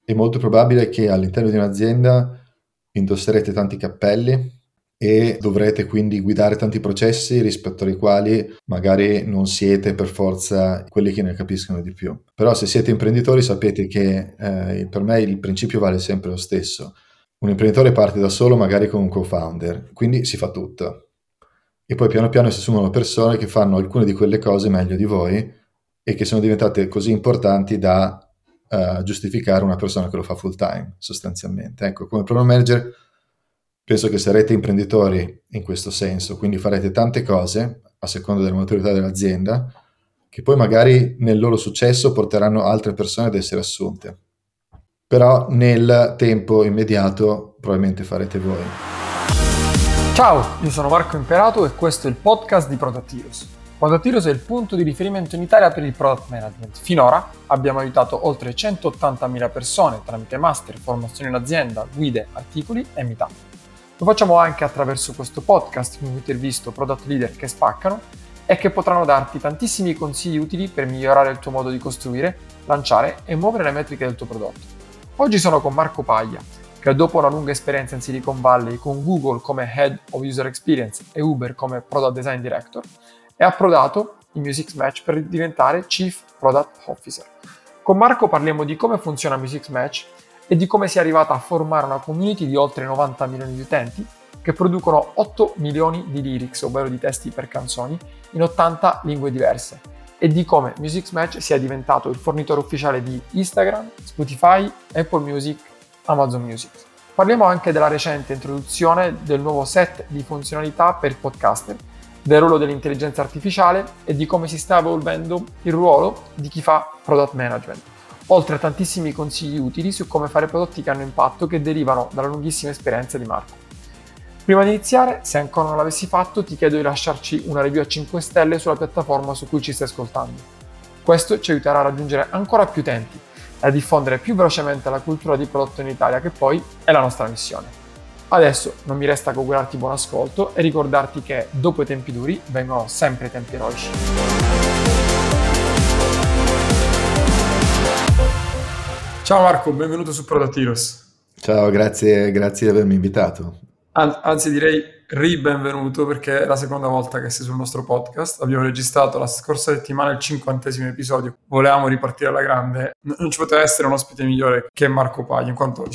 è molto probabile che all'interno di un'azienda indosserete tanti cappelli e dovrete quindi guidare tanti processi rispetto ai quali magari non siete per forza quelli che ne capiscono di più. Però se siete imprenditori sapete che per me il principio vale sempre lo stesso. Un imprenditore parte da solo magari con un co-founder, quindi si fa tutto. E poi piano piano si assumono persone che fanno alcune di quelle cose meglio di voi e che sono diventate così importanti da giustificare una persona che lo fa full time, sostanzialmente. Ecco, come program manager penso che sarete imprenditori in questo senso, quindi farete tante cose a seconda della maturità dell'azienda, che poi magari nel loro successo porteranno altre persone ad essere assunte. Però nel tempo immediato probabilmente farete voi. Ciao, io sono Marco Imperato e questo è il podcast di Product Heroes. Product Heroes è il punto di riferimento in Italia per il product management. Finora abbiamo aiutato oltre 180.000 persone tramite master, formazione in azienda, guide, articoli e meetup. Lo facciamo anche attraverso questo podcast in cui intervisto product leader che spaccano e che potranno darti tantissimi consigli utili per migliorare il tuo modo di costruire, lanciare e muovere le metriche del tuo prodotto. Oggi sono con Marco Paglia, che dopo una lunga esperienza in Silicon Valley con Google come Head of User Experience e Uber come Product Design Director, è approdato in Music Match per diventare Chief Product Officer. Con Marco parliamo di come funziona Music Match e di come sia arrivata a formare una community di oltre 90 milioni di utenti che producono 8 milioni di lyrics, ovvero di testi per canzoni, in 80 lingue diverse, e di come Music Match sia diventato il fornitore ufficiale di Instagram, Spotify, Apple Music, Amazon Music. Parliamo anche della recente introduzione del nuovo set di funzionalità per podcaster, del ruolo dell'intelligenza artificiale e di come si sta evolvendo il ruolo di chi fa product management, oltre a tantissimi consigli utili su come fare prodotti che hanno impatto che derivano dalla lunghissima esperienza di Marco. Prima di iniziare, se ancora non l'avessi fatto, ti chiedo di lasciarci una review a 5 stelle sulla piattaforma su cui ci stai ascoltando. Questo ci aiuterà a raggiungere ancora più utenti e a diffondere più velocemente la cultura di prodotto in Italia, che poi è la nostra missione. Adesso non mi resta che augurarti buon ascolto e ricordarti che dopo i tempi duri vengono sempre i tempi eroici. Ciao Marco, benvenuto su Product Heroes. Ciao, grazie di avermi invitato. Anzi direi benvenuto, perché è la seconda volta che sei sul nostro podcast. Abbiamo registrato la scorsa settimana il 50° episodio. Volevamo ripartire alla grande. Non ci poteva essere un ospite migliore che Marco Paglia, in quanto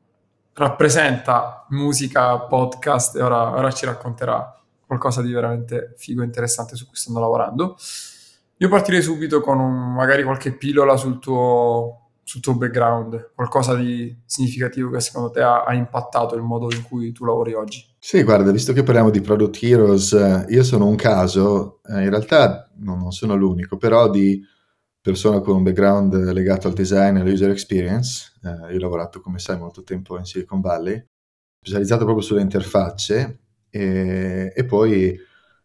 rappresenta musica, podcast e ora ci racconterà qualcosa di veramente figo e interessante su cui stanno lavorando. Io partirei subito con magari qualche pillola sul tuo background, qualcosa di significativo che secondo te ha impattato il modo in cui tu lavori oggi. Sì, guarda, visto che parliamo di Product Heroes, io sono un caso, in realtà non sono l'unico, però di persona con un background legato al design e alla user experience. Io ho lavorato, come sai, molto tempo in Silicon Valley, specializzato proprio sulle interfacce e poi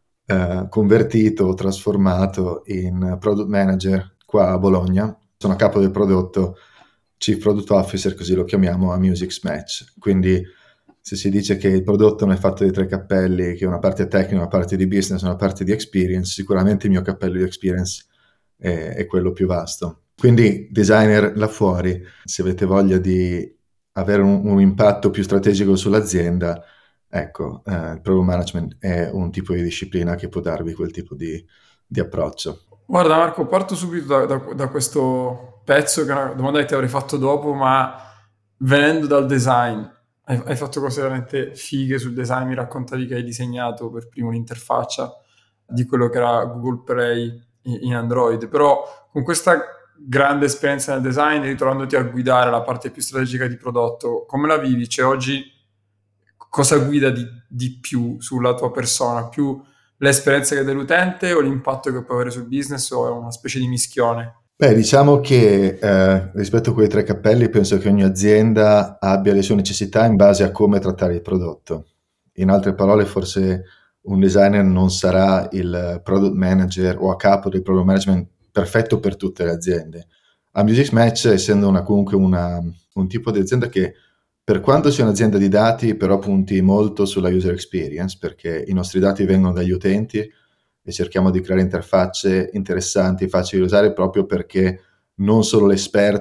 convertito, trasformato in product manager qua a Bologna. Sono a capo del prodotto, Chief Product Officer, così lo chiamiamo, a Music Match. Quindi se si dice che il prodotto non è fatto di 3 cappelli, che una parte è tecnica, una parte di business, una parte di experience, sicuramente il mio cappello di experience è quello più vasto. Quindi designer là fuori, se avete voglia di avere un impatto più strategico sull'azienda, ecco, il product management è un tipo di disciplina che può darvi quel tipo di approccio. Guarda Marco, parto subito da questo pezzo, che è una domanda che ti avrei fatto dopo, ma venendo dal design, hai fatto cose veramente fighe sul design. Mi raccontavi che hai disegnato per primo l'interfaccia di quello che era Google Play in Android, però con questa grande esperienza nel design, ritrovandoti a guidare la parte più strategica di prodotto, come la vivi? Cioè oggi cosa guida di più sulla tua persona? Più l'esperienza che dell'utente o l'impatto che può avere sul business, o è una specie di mischione? Beh, diciamo che rispetto a quei 3 cappelli penso che ogni azienda abbia le sue necessità in base a come trattare il prodotto. In altre parole, forse un designer non sarà il product manager o a capo del product management perfetto per tutte le aziende. A Music Match, essendo comunque un tipo di azienda che, per quanto sia un'azienda di dati, però punti molto sulla user experience, perché i nostri dati vengono dagli utenti e cerchiamo di creare interfacce interessanti, facili da usare, proprio perché non solo l'esperto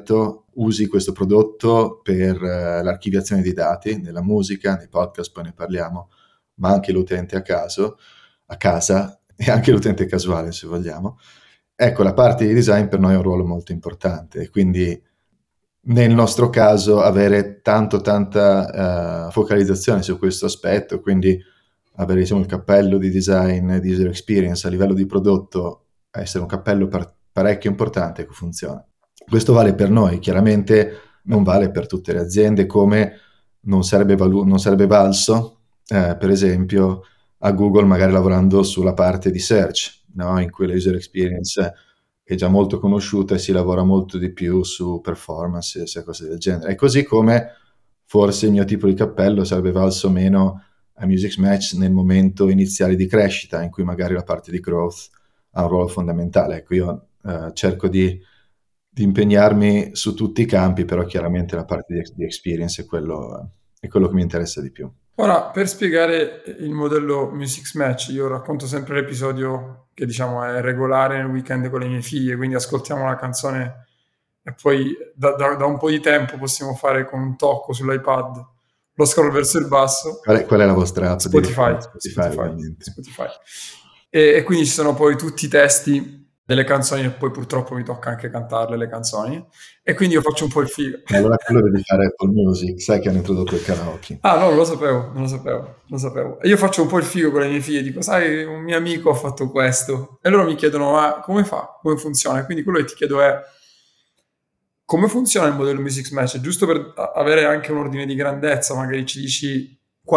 usi questo prodotto per l'archiviazione di dati nella musica, nei podcast, poi ne parliamo, ma anche l'utente a casa e anche l'utente casuale, se vogliamo. Ecco, la parte di design per noi ha un ruolo molto importante, quindi nel nostro caso avere tanta focalizzazione su questo aspetto, quindi avere, diciamo, il cappello di design, di user experience a livello di prodotto, essere un cappello parecchio importante che funziona. Questo vale per noi, chiaramente non vale per tutte le aziende, come non sarebbe valso, per esempio, a Google magari lavorando sulla parte di search, no? In cui la user experience è già molto conosciuta e si lavora molto di più su performance e cose del genere. E così come forse il mio tipo di cappello sarebbe valso meno a Music Match nel momento iniziale di crescita, in cui magari la parte di growth ha un ruolo fondamentale. Ecco, io cerco di impegnarmi su tutti i campi, però chiaramente la parte di experience è quello che mi interessa di più. Ora, per spiegare il modello Music Match, io racconto sempre l'episodio che diciamo è regolare nel weekend con le mie figlie, quindi ascoltiamo una canzone e poi da un po' di tempo possiamo fare con un tocco sull'iPad lo scroll verso il basso. Qual è la vostra app di Spotify, riferimento? Spotify, ovviamente. Spotify. E quindi ci sono poi tutti i testi delle canzoni e poi purtroppo mi tocca anche cantarle le canzoni e quindi io faccio un po' il figo. Allora quello devi fare Apple Music, sai che hanno introdotto il karaoke. Ah no, non lo sapevo. E io faccio un po' il figo con le mie figlie, dico, sai, un mio amico ha fatto questo. E loro mi chiedono, ma come fa? Come funziona? E quindi quello che ti chiedo è, come funziona il modello Music Match? Giusto per avere anche un ordine di grandezza, magari ci dici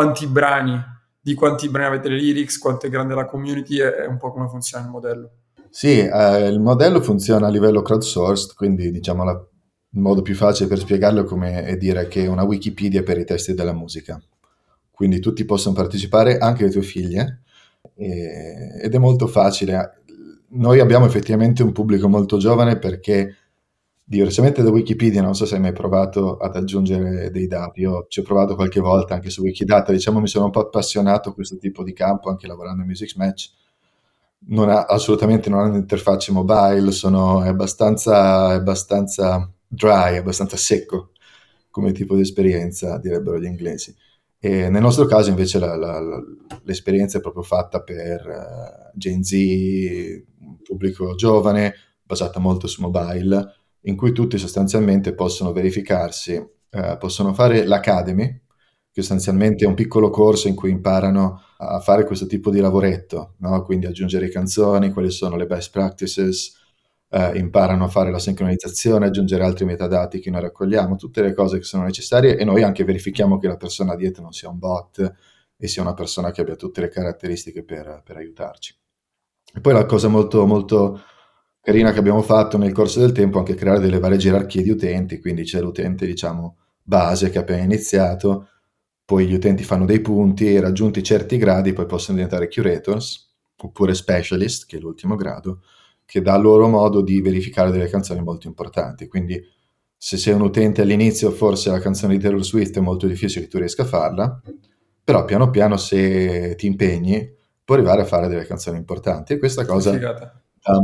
di quanti brani avete le lyrics, quanto è grande la community e un po' come funziona il modello. Sì, il modello funziona a livello crowdsourced, quindi diciamo il modo più facile per spiegarlo è dire che è una Wikipedia per i testi della musica. Quindi tutti possono partecipare, anche le tue figlie, ed è molto facile. Noi abbiamo effettivamente un pubblico molto giovane perché, diversamente da Wikipedia, non so se hai mai provato ad aggiungere dei dati, io ci ho provato qualche volta anche su Wikidata, diciamo mi sono un po' appassionato a questo tipo di campo, anche lavorando in Music Match. Assolutamente non hanno interfacce mobile, è abbastanza dry, abbastanza secco come tipo di esperienza, direbbero gli inglesi. E nel nostro caso invece l'esperienza è proprio fatta per Gen Z, un pubblico giovane, basata molto su mobile, in cui tutti sostanzialmente possono verificarsi, possono fare l'Academy, che sostanzialmente è un piccolo corso in cui imparano a fare questo tipo di lavoretto, no? Quindi aggiungere canzoni, quali sono le best practices, imparano a fare la sincronizzazione, aggiungere altri metadati che noi raccogliamo, tutte le cose che sono necessarie e noi anche verifichiamo che la persona dietro non sia un bot e sia una persona che abbia tutte le caratteristiche per aiutarci. E poi la cosa molto, molto carina che abbiamo fatto nel corso del tempo è anche creare delle varie gerarchie di utenti, quindi c'è l'utente, diciamo, base che ha appena iniziato, poi gli utenti fanno dei punti e raggiunti certi gradi poi possono diventare curators oppure specialist, che è l'ultimo grado, che dà loro modo di verificare delle canzoni molto importanti. Quindi se sei un utente all'inizio forse la canzone di Taylor Swift è molto difficile che tu riesca a farla, però piano piano se ti impegni puoi arrivare a fare delle canzoni importanti e questa cosa Figata. dà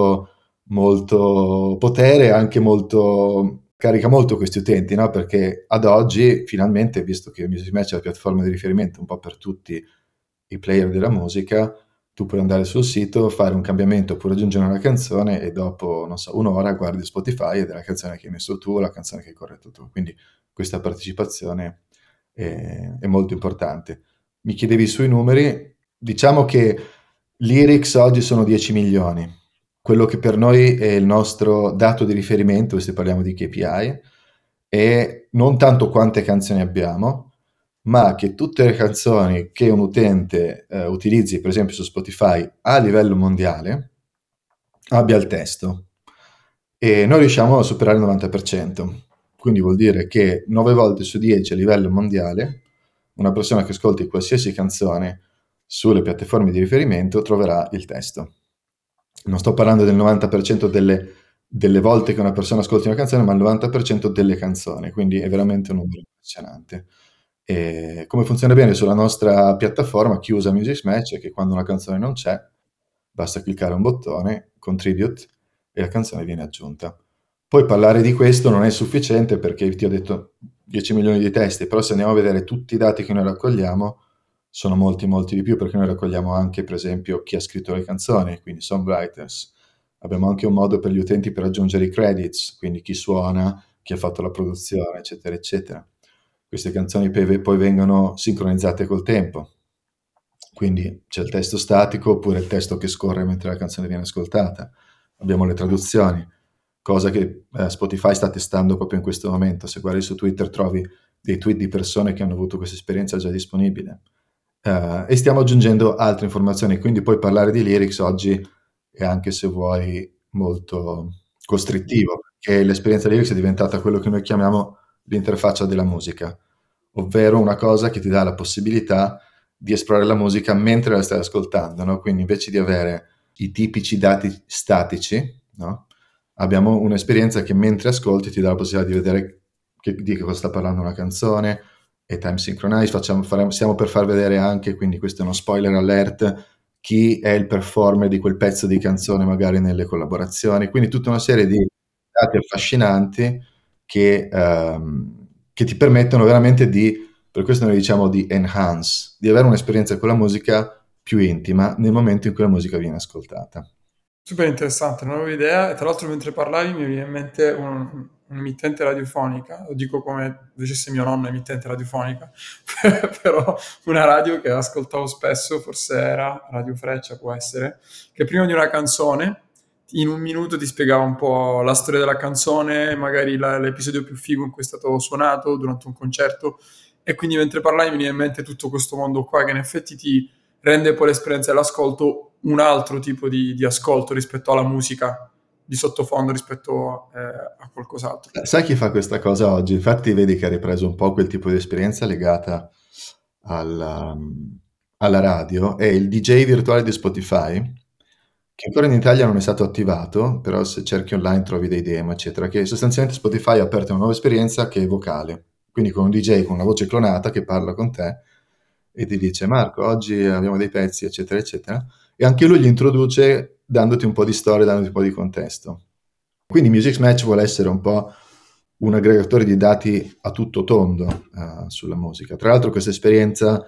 molto potere e anche carica molto questi utenti, no? Perché ad oggi finalmente, visto che Music Match è la piattaforma di riferimento un po' per tutti i player della musica, tu puoi andare sul sito, fare un cambiamento oppure aggiungere una canzone e dopo, non so, un'ora guardi Spotify ed è la canzone che hai messo tu, la canzone che hai corretto tu. Quindi questa partecipazione è molto importante. Mi chiedevi sui numeri, diciamo che lyrics oggi sono 10 milioni. Quello che per noi è il nostro dato di riferimento, se parliamo di KPI, è non tanto quante canzoni abbiamo, ma che tutte le canzoni che un utente utilizzi, per esempio su Spotify, a livello mondiale, abbia il testo. E noi riusciamo a superare il 90%. Quindi vuol dire che 9 volte su 10 a livello mondiale, una persona che ascolti qualsiasi canzone sulle piattaforme di riferimento troverà il testo. Non sto parlando del 90% delle volte che una persona ascolti una canzone, ma il 90% delle canzoni, quindi è veramente un numero impressionante. E come funziona bene sulla nostra piattaforma, chi usa Music Match, è che quando una canzone non c'è, basta cliccare un bottone, contribute, e la canzone viene aggiunta. Poi parlare di questo non è sufficiente perché ti ho detto 10 milioni di testi, però se andiamo a vedere tutti i dati che noi raccogliamo, sono molti, molti di più, perché noi raccogliamo anche, per esempio, chi ha scritto le canzoni, quindi songwriters. Abbiamo anche un modo per gli utenti per aggiungere i credits, quindi chi suona, chi ha fatto la produzione, eccetera, eccetera. Queste canzoni poi vengono sincronizzate col tempo. Quindi c'è il testo statico oppure il testo che scorre mentre la canzone viene ascoltata. Abbiamo le traduzioni, cosa che Spotify sta testando proprio in questo momento. Se guardi su Twitter trovi dei tweet di persone che hanno avuto questa esperienza già disponibile. E stiamo aggiungendo altre informazioni, quindi poi parlare di lyrics oggi è anche, se vuoi, molto costrittivo, perché l'esperienza lyrics è diventata quello che noi chiamiamo l'interfaccia della musica, ovvero una cosa che ti dà la possibilità di esplorare la musica mentre la stai ascoltando, no? Quindi invece di avere i tipici dati statici, no? Abbiamo un'esperienza che mentre ascolti ti dà la possibilità di vedere di che cosa sta parlando una canzone, e time synchronize, stiamo per far vedere anche, quindi questo è uno spoiler alert, chi è il performer di quel pezzo di canzone magari nelle collaborazioni, quindi tutta una serie di dati affascinanti che ti permettono veramente per questo noi diciamo di enhance, di avere un'esperienza con la musica più intima nel momento in cui la musica viene ascoltata. Super interessante, non avevo idea, e tra l'altro mentre parlavi mi viene in mente un'emittente radiofonica, lo dico come dicesse mio nonno emittente radiofonica, però una radio che ascoltavo spesso, forse era Radio Freccia, può essere, che prima di una canzone in un minuto ti spiegava un po' la storia della canzone, magari l'episodio più figo in cui è stato suonato durante un concerto, e quindi mentre parlavi mi viene in mente tutto questo mondo qua che in effetti ti rende poi l'esperienza dell'ascolto un altro tipo di ascolto rispetto alla musica di sottofondo, rispetto a qualcos'altro. Sai chi fa questa cosa oggi? Infatti vedi che ha ripreso un po' quel tipo di esperienza legata alla, alla radio, è il DJ virtuale di Spotify, che ancora in Italia non è stato attivato, però se cerchi online trovi dei demo, eccetera, che sostanzialmente Spotify ha aperto una nuova esperienza che è vocale, quindi con un DJ con una voce clonata che parla con te e ti dice Marco, oggi abbiamo dei pezzi, eccetera, eccetera, e anche lui li introduce dandoti un po' di storia, dandoti un po' di contesto. Quindi Music Match vuole essere un po' un aggregatore di dati a tutto tondo sulla musica. Tra l'altro questa esperienza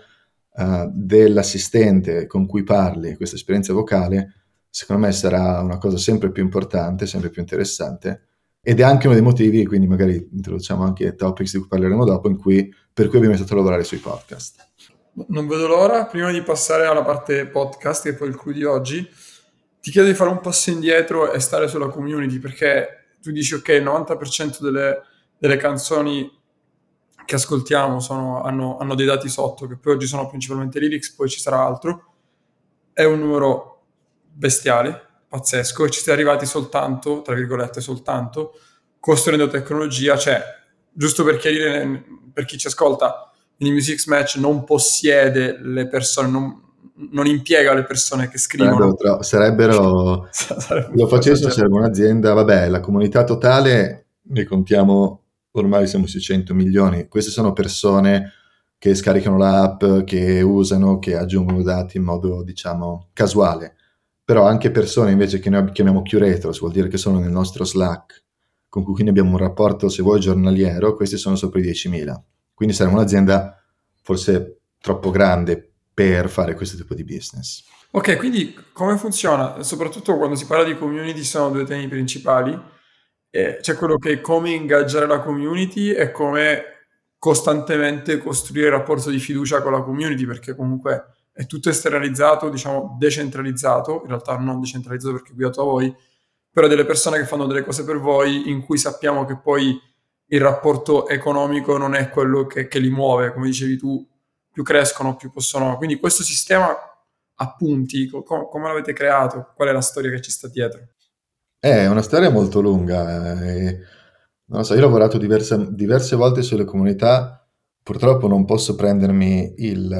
dell'assistente con cui parli, questa esperienza vocale, secondo me sarà una cosa sempre più importante, sempre più interessante, ed è anche uno dei motivi, quindi magari introduciamo anche topics di cui parleremo dopo, per cui abbiamo iniziato a lavorare sui podcast. Non vedo l'ora, prima di passare alla parte podcast, che è poi il clou di oggi, ti chiedo di fare un passo indietro e stare sulla community, perché tu dici ok, il 90% delle canzoni che ascoltiamo hanno dei dati sotto, che poi oggi sono principalmente lyrics, poi ci sarà altro. È un numero bestiale, pazzesco, e ci si è arrivati soltanto, tra virgolette, soltanto, costruendo tecnologia, cioè, giusto per chiarire per chi ci ascolta, quindi Music Match non possiede le persone, non impiega le persone che scrivono. Sarebbero Sarebbe se lo un po' facessero esagerato. sarebbe un'azienda, vabbè, la comunità totale ne contiamo, ormai siamo sui 100 milioni. Queste sono persone che scaricano l'app, che usano, che aggiungono dati in modo, diciamo, casuale. Però anche persone invece che noi chiamiamo curators, vuol dire che sono nel nostro Slack, con cui quindi abbiamo un rapporto, se vuoi, giornaliero, questi sono sopra i 10.000. Quindi saremo un'azienda forse troppo grande per fare questo tipo di business. Ok, quindi come funziona? Soprattutto quando si parla di community sono due temi principali. C'è quello che è come ingaggiare la community e come costantemente costruire il rapporto di fiducia con la community, perché comunque è tutto esternalizzato, diciamo decentralizzato, in realtà non decentralizzato perché è guidato a voi, però delle persone che fanno delle cose per voi in cui sappiamo che poi il rapporto economico non è quello che li muove, come dicevi tu, più crescono, più possono. Quindi questo sistema a punti, come l'avete creato? Qual è la storia che ci sta dietro? È una storia molto lunga. Non lo so, io ho lavorato diverse volte sulle comunità, purtroppo non posso prendermi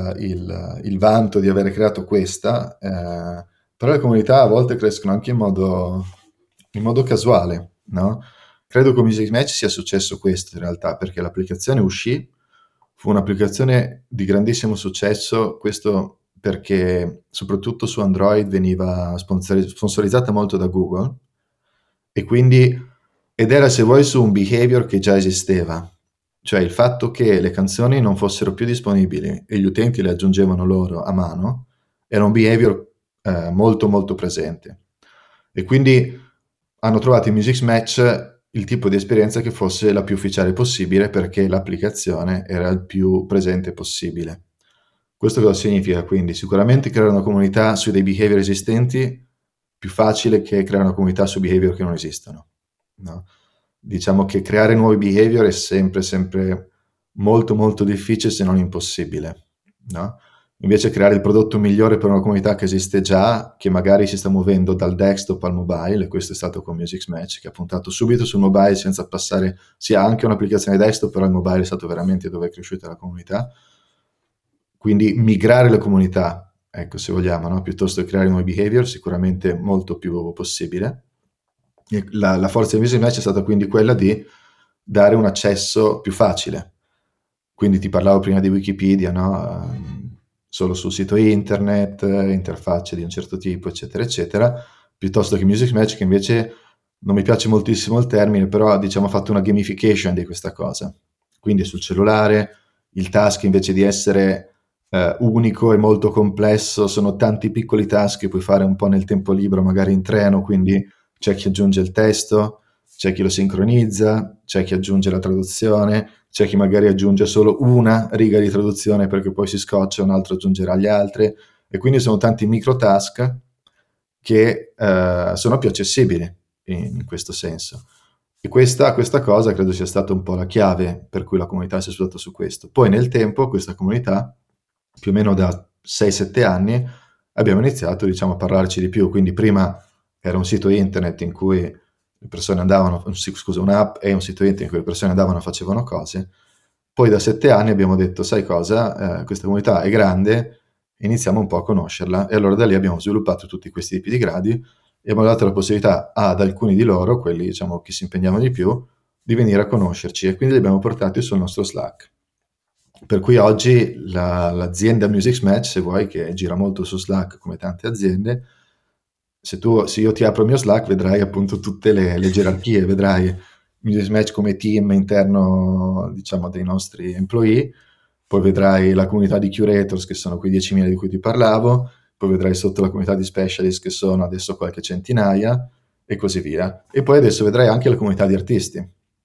il vanto di aver creato questa, però le comunità a volte crescono anche in modo casuale, no? Credo con Music Match sia successo questo in realtà, perché l'applicazione uscì, fu un'applicazione di grandissimo successo, questo perché soprattutto su Android veniva sponsorizzata molto da Google e quindi ed era, se vuoi, su un behavior che già esisteva, cioè il fatto che le canzoni non fossero più disponibili e gli utenti le aggiungevano loro a mano, era un behavior molto molto presente. E quindi hanno trovato in Music Match il tipo di esperienza che fosse la più ufficiale possibile, perché l'applicazione era il più presente possibile. Questo cosa significa? Quindi sicuramente creare una comunità su dei behavior esistenti più facile che creare una comunità su behavior che non esistono, no? Diciamo che creare nuovi behavior è sempre molto molto difficile, se non impossibile, no? Invece creare il prodotto migliore per una comunità che esiste già, che magari si sta muovendo dal desktop al mobile, e questo è stato con Music Match, che ha puntato subito sul mobile senza passare, sia anche un'applicazione desktop, però il mobile è stato veramente dove è cresciuta la comunità. Quindi migrare le comunità, ecco, se vogliamo, no? Piuttosto che creare nuovi behavior, sicuramente molto più possibile. E la forza di Music Match è stata quindi quella di dare un accesso più facile. Quindi ti parlavo prima di Wikipedia, no? Solo sul sito internet, interfacce di un certo tipo, eccetera, eccetera, piuttosto che Music Match, che invece non mi piace moltissimo il termine, però diciamo ha fatto una gamification di questa cosa. Quindi sul cellulare il task, invece di essere unico e molto complesso, sono tanti piccoli task che puoi fare un po' nel tempo libero, magari in treno, quindi c'è chi aggiunge il testo, c'è chi lo sincronizza, c'è chi aggiunge la traduzione, c'è chi magari aggiunge solo una riga di traduzione perché poi si scoccia, un altro aggiungerà gli altri, e quindi sono tanti micro task che sono più accessibili in questo senso. E questa cosa credo sia stata un po' la chiave per cui la comunità si è sviluppata su questo. Poi nel tempo questa comunità, più o meno da 6-7 anni, abbiamo iniziato, diciamo, a parlarci di più. Quindi prima era un sito internet in cui le persone andavano, scusa, un'app e un sito internet in cui le persone andavano e facevano cose. Poi da 7 anni abbiamo detto, sai cosa, questa comunità è grande, iniziamo un po' a conoscerla, e allora da lì abbiamo sviluppato tutti questi tipi di gradi e abbiamo dato la possibilità ad alcuni di loro, quelli diciamo che si impegnavano di più, di venire a conoscerci, e quindi li abbiamo portati sul nostro Slack. Per cui oggi l'azienda Music Match, se vuoi, che gira molto su Slack come tante aziende, se io ti apro il mio Slack vedrai appunto tutte le gerarchie, vedrai Music Match come team interno, diciamo, dei nostri employee, poi vedrai la comunità di curators, che sono quei 10.000 di cui ti parlavo, poi vedrai sotto la comunità di specialist, che sono adesso qualche centinaia, e così via. E poi adesso vedrai anche la comunità di artisti,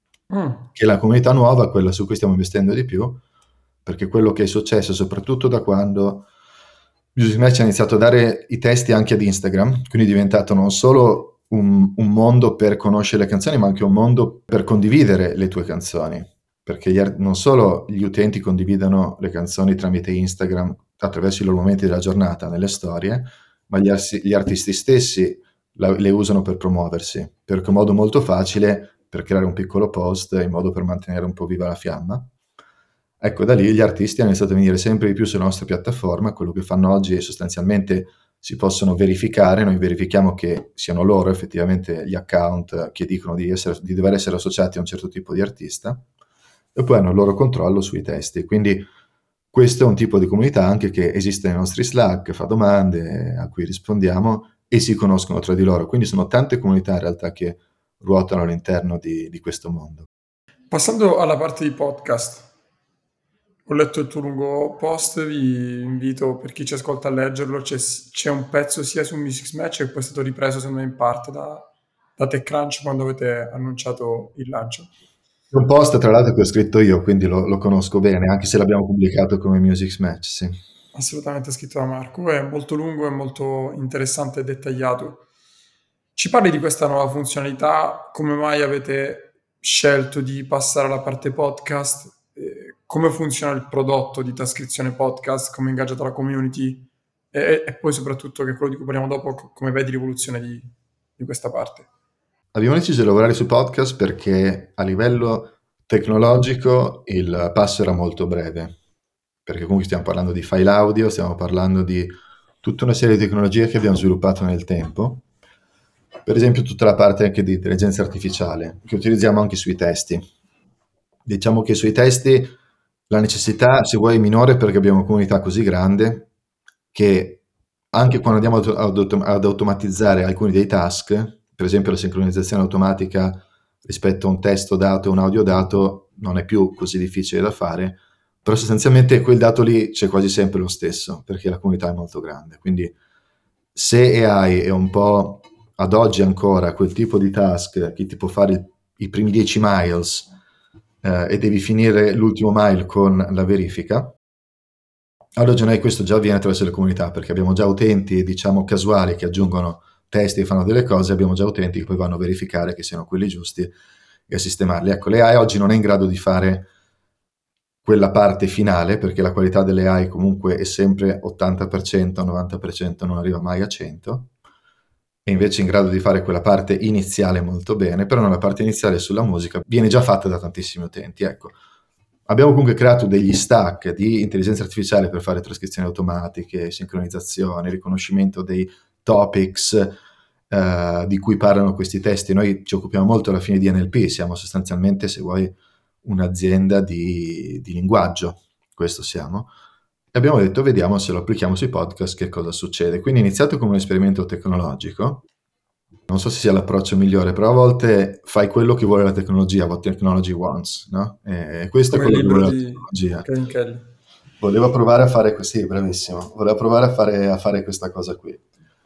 che è la comunità nuova, quella su cui stiamo investendo di più, perché quello che è successo, soprattutto da quando Music Match ha iniziato a dare i testi anche ad Instagram, quindi è diventato non solo un mondo per conoscere le canzoni, ma anche un mondo per condividere le tue canzoni, perché non solo gli utenti condividono le canzoni tramite Instagram attraverso i loro momenti della giornata nelle storie, ma gli artisti stessi le usano per promuoversi, perché è un modo molto facile per creare un piccolo post, in modo per mantenere un po' viva la fiamma. Ecco, da lì gli artisti hanno iniziato a venire sempre di più sulla nostra piattaforma. Quello che fanno oggi è sostanzialmente si possono verificare, noi verifichiamo che siano loro effettivamente gli account che dicono di dover essere associati a un certo tipo di artista, e poi hanno il loro controllo sui testi. Quindi questo è un tipo di comunità anche che esiste nei nostri Slack, fa domande a cui rispondiamo e si conoscono tra di loro. Quindi sono tante comunità in realtà che ruotano all'interno di questo mondo. Passando alla parte di podcast, ho letto il tuo lungo post, vi invito per chi ci ascolta a leggerlo, c'è un pezzo sia su Music Match che poi è stato ripreso secondo me in parte da TechCrunch quando avete annunciato il lancio. È un post tra l'altro che ho scritto io, quindi lo conosco bene, anche se l'abbiamo pubblicato come Music Match, sì. Assolutamente scritto da Marco, è molto lungo e molto interessante e dettagliato. Ci parli di questa nuova funzionalità? Come mai avete scelto di passare alla parte podcast? Come funziona il prodotto di trascrizione podcast? Come è ingaggiata la community? E poi soprattutto, che è quello di cui parliamo dopo, come vedi l'evoluzione di questa parte? Abbiamo deciso di lavorare su podcast perché a livello tecnologico il passo era molto breve, perché comunque stiamo parlando di file audio, stiamo parlando di tutta una serie di tecnologie che abbiamo sviluppato nel tempo. Per esempio tutta la parte anche di intelligenza artificiale, che utilizziamo anche sui testi. Diciamo che sui testi la necessità, se vuoi, è minore perché abbiamo una comunità così grande che anche quando andiamo ad automatizzare alcuni dei task, per esempio la sincronizzazione automatica rispetto a un testo dato e un audio dato non è più così difficile da fare, però sostanzialmente quel dato lì c'è quasi sempre lo stesso, perché la comunità è molto grande. Quindi se AI è un po' ad oggi ancora quel tipo di task che ti può fare i primi 10 miles e devi finire l'ultimo mile con la verifica, ad oggi noi questo già avviene attraverso le comunità, perché abbiamo già utenti, diciamo, casuali che aggiungono testi e fanno delle cose, abbiamo già utenti che poi vanno a verificare che siano quelli giusti e a sistemarli. Ecco, l'AI oggi non è in grado di fare quella parte finale, perché la qualità delle AI comunque è sempre 80%, 90%, non arriva mai a 100%, è invece in grado di fare quella parte iniziale molto bene, però la parte iniziale sulla musica viene già fatta da tantissimi utenti. Ecco, abbiamo comunque creato degli stack di intelligenza artificiale per fare trascrizioni automatiche, sincronizzazione, riconoscimento dei topics di cui parlano questi testi. Noi ci occupiamo molto alla fine di NLP, siamo sostanzialmente, se vuoi, un'azienda di linguaggio, questo siamo. E abbiamo detto, vediamo se lo applichiamo sui podcast, che cosa succede. Quindi è iniziato come un esperimento tecnologico. Non so se sia l'approccio migliore, però a volte fai quello che vuole la tecnologia, what technology wants, no? E questo è Come il quello che libro vuole la di tecnologia. Kevin Kelly. Voleva provare a fare così, bravissimo. Voleva provare a fare questa cosa qui.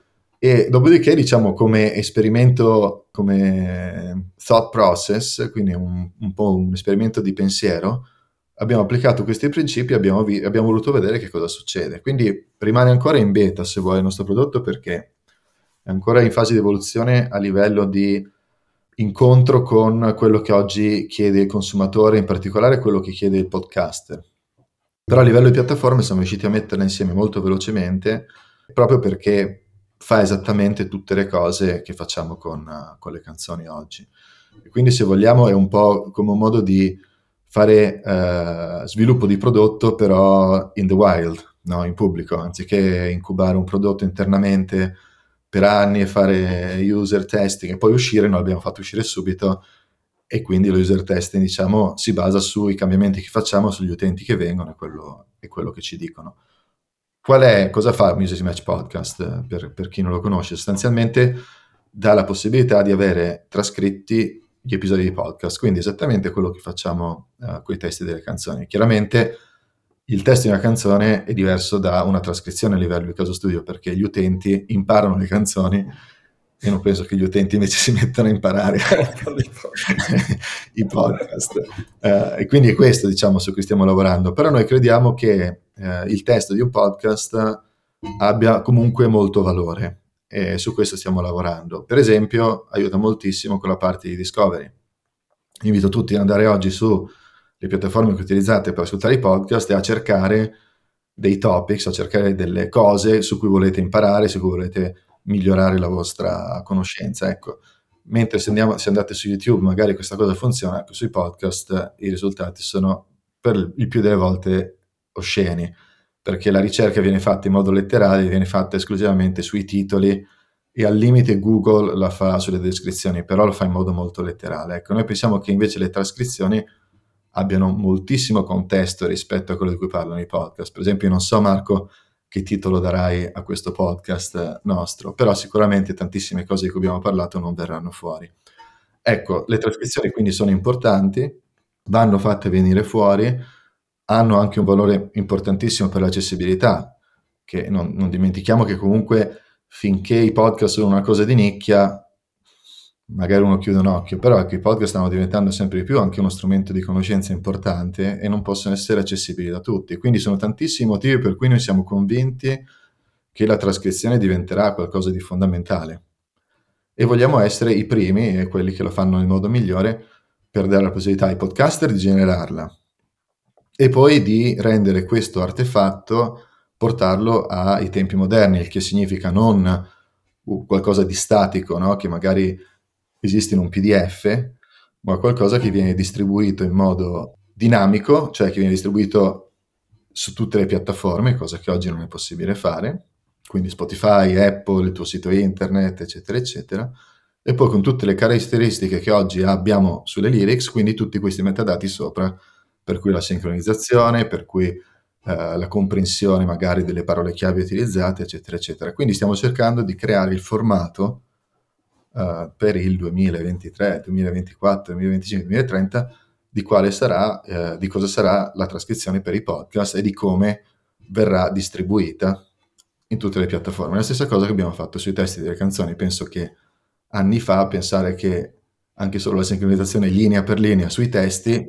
E dopodiché, diciamo, come esperimento, come thought process, quindi un po' un esperimento di pensiero, abbiamo applicato questi principi e abbiamo voluto vedere che cosa succede. Quindi rimane ancora in beta, se vuoi, il nostro prodotto, perché è ancora in fase di evoluzione a livello di incontro con quello che oggi chiede il consumatore, in particolare quello che chiede il podcaster. Però a livello di piattaforme siamo riusciti a metterle insieme molto velocemente, proprio perché fa esattamente tutte le cose che facciamo con le canzoni oggi. E quindi, se vogliamo, è un po' come un modo di fare sviluppo di prodotto, però in the wild, no? In pubblico, anziché incubare un prodotto internamente per anni e fare user testing e poi uscire, noi l'abbiamo fatto uscire subito, e quindi lo user testing, diciamo, si basa sui cambiamenti che facciamo, sugli utenti che vengono e quello che ci dicono. Cosa fa Music Match Podcast, per chi non lo conosce? Sostanzialmente dà la possibilità di avere trascritti gli episodi di podcast, quindi esattamente quello che facciamo con i testi delle canzoni. Chiaramente il testo di una canzone è diverso da una trascrizione a livello di caso studio, perché gli utenti imparano le canzoni e non penso che gli utenti invece si mettano a imparare i podcast. E quindi è questo, diciamo, su cui stiamo lavorando. Però noi crediamo che il testo di un podcast abbia comunque molto valore, e su questo stiamo lavorando. Per esempio, aiuta moltissimo con la parte di discovery. Invito tutti ad andare oggi su le piattaforme che utilizzate per ascoltare i podcast e a cercare dei topics, a cercare delle cose su cui volete imparare, su cui volete migliorare la vostra conoscenza. Ecco, mentre se andate su YouTube magari questa cosa funziona, ecco, sui podcast i risultati sono per il più delle volte osceni, perché la ricerca viene fatta in modo letterale, viene fatta esclusivamente sui titoli e al limite Google la fa sulle descrizioni, però lo fa in modo molto letterale. Ecco, noi pensiamo che invece le trascrizioni abbiano moltissimo contesto rispetto a quello di cui parlano i podcast. Per esempio, io non so, Marco, che titolo darai a questo podcast nostro, però sicuramente tantissime cose di cui abbiamo parlato non verranno fuori. Ecco, le trascrizioni quindi sono importanti, vanno fatte venire fuori, hanno anche un valore importantissimo per l'accessibilità, che non dimentichiamo che comunque finché i podcast sono una cosa di nicchia, magari uno chiude un occhio, però ecco, i podcast stanno diventando sempre di più anche uno strumento di conoscenza importante e non possono essere accessibili da tutti. Quindi sono tantissimi motivi per cui noi siamo convinti che la trascrizione diventerà qualcosa di fondamentale. E vogliamo essere i primi e quelli che lo fanno nel modo migliore per dare la possibilità ai podcaster di generarla e poi di rendere questo artefatto, portarlo ai tempi moderni, il che significa non qualcosa di statico, no? Che magari esiste in un PDF, ma qualcosa che viene distribuito in modo dinamico, cioè che viene distribuito su tutte le piattaforme, cosa che oggi non è possibile fare, quindi Spotify, Apple, il tuo sito internet, eccetera, eccetera, e poi con tutte le caratteristiche che oggi abbiamo sulle lyrics, quindi tutti questi metadati sopra, per cui la sincronizzazione, per cui la comprensione magari delle parole chiave utilizzate, eccetera, eccetera. Quindi stiamo cercando di creare il formato per il 2023, 2024, 2025, 2030 di quale sarà, di cosa sarà la trascrizione per i podcast e di come verrà distribuita in tutte le piattaforme. La stessa cosa che abbiamo fatto sui testi delle canzoni. Penso che anni fa pensare che anche solo la sincronizzazione linea per linea sui testi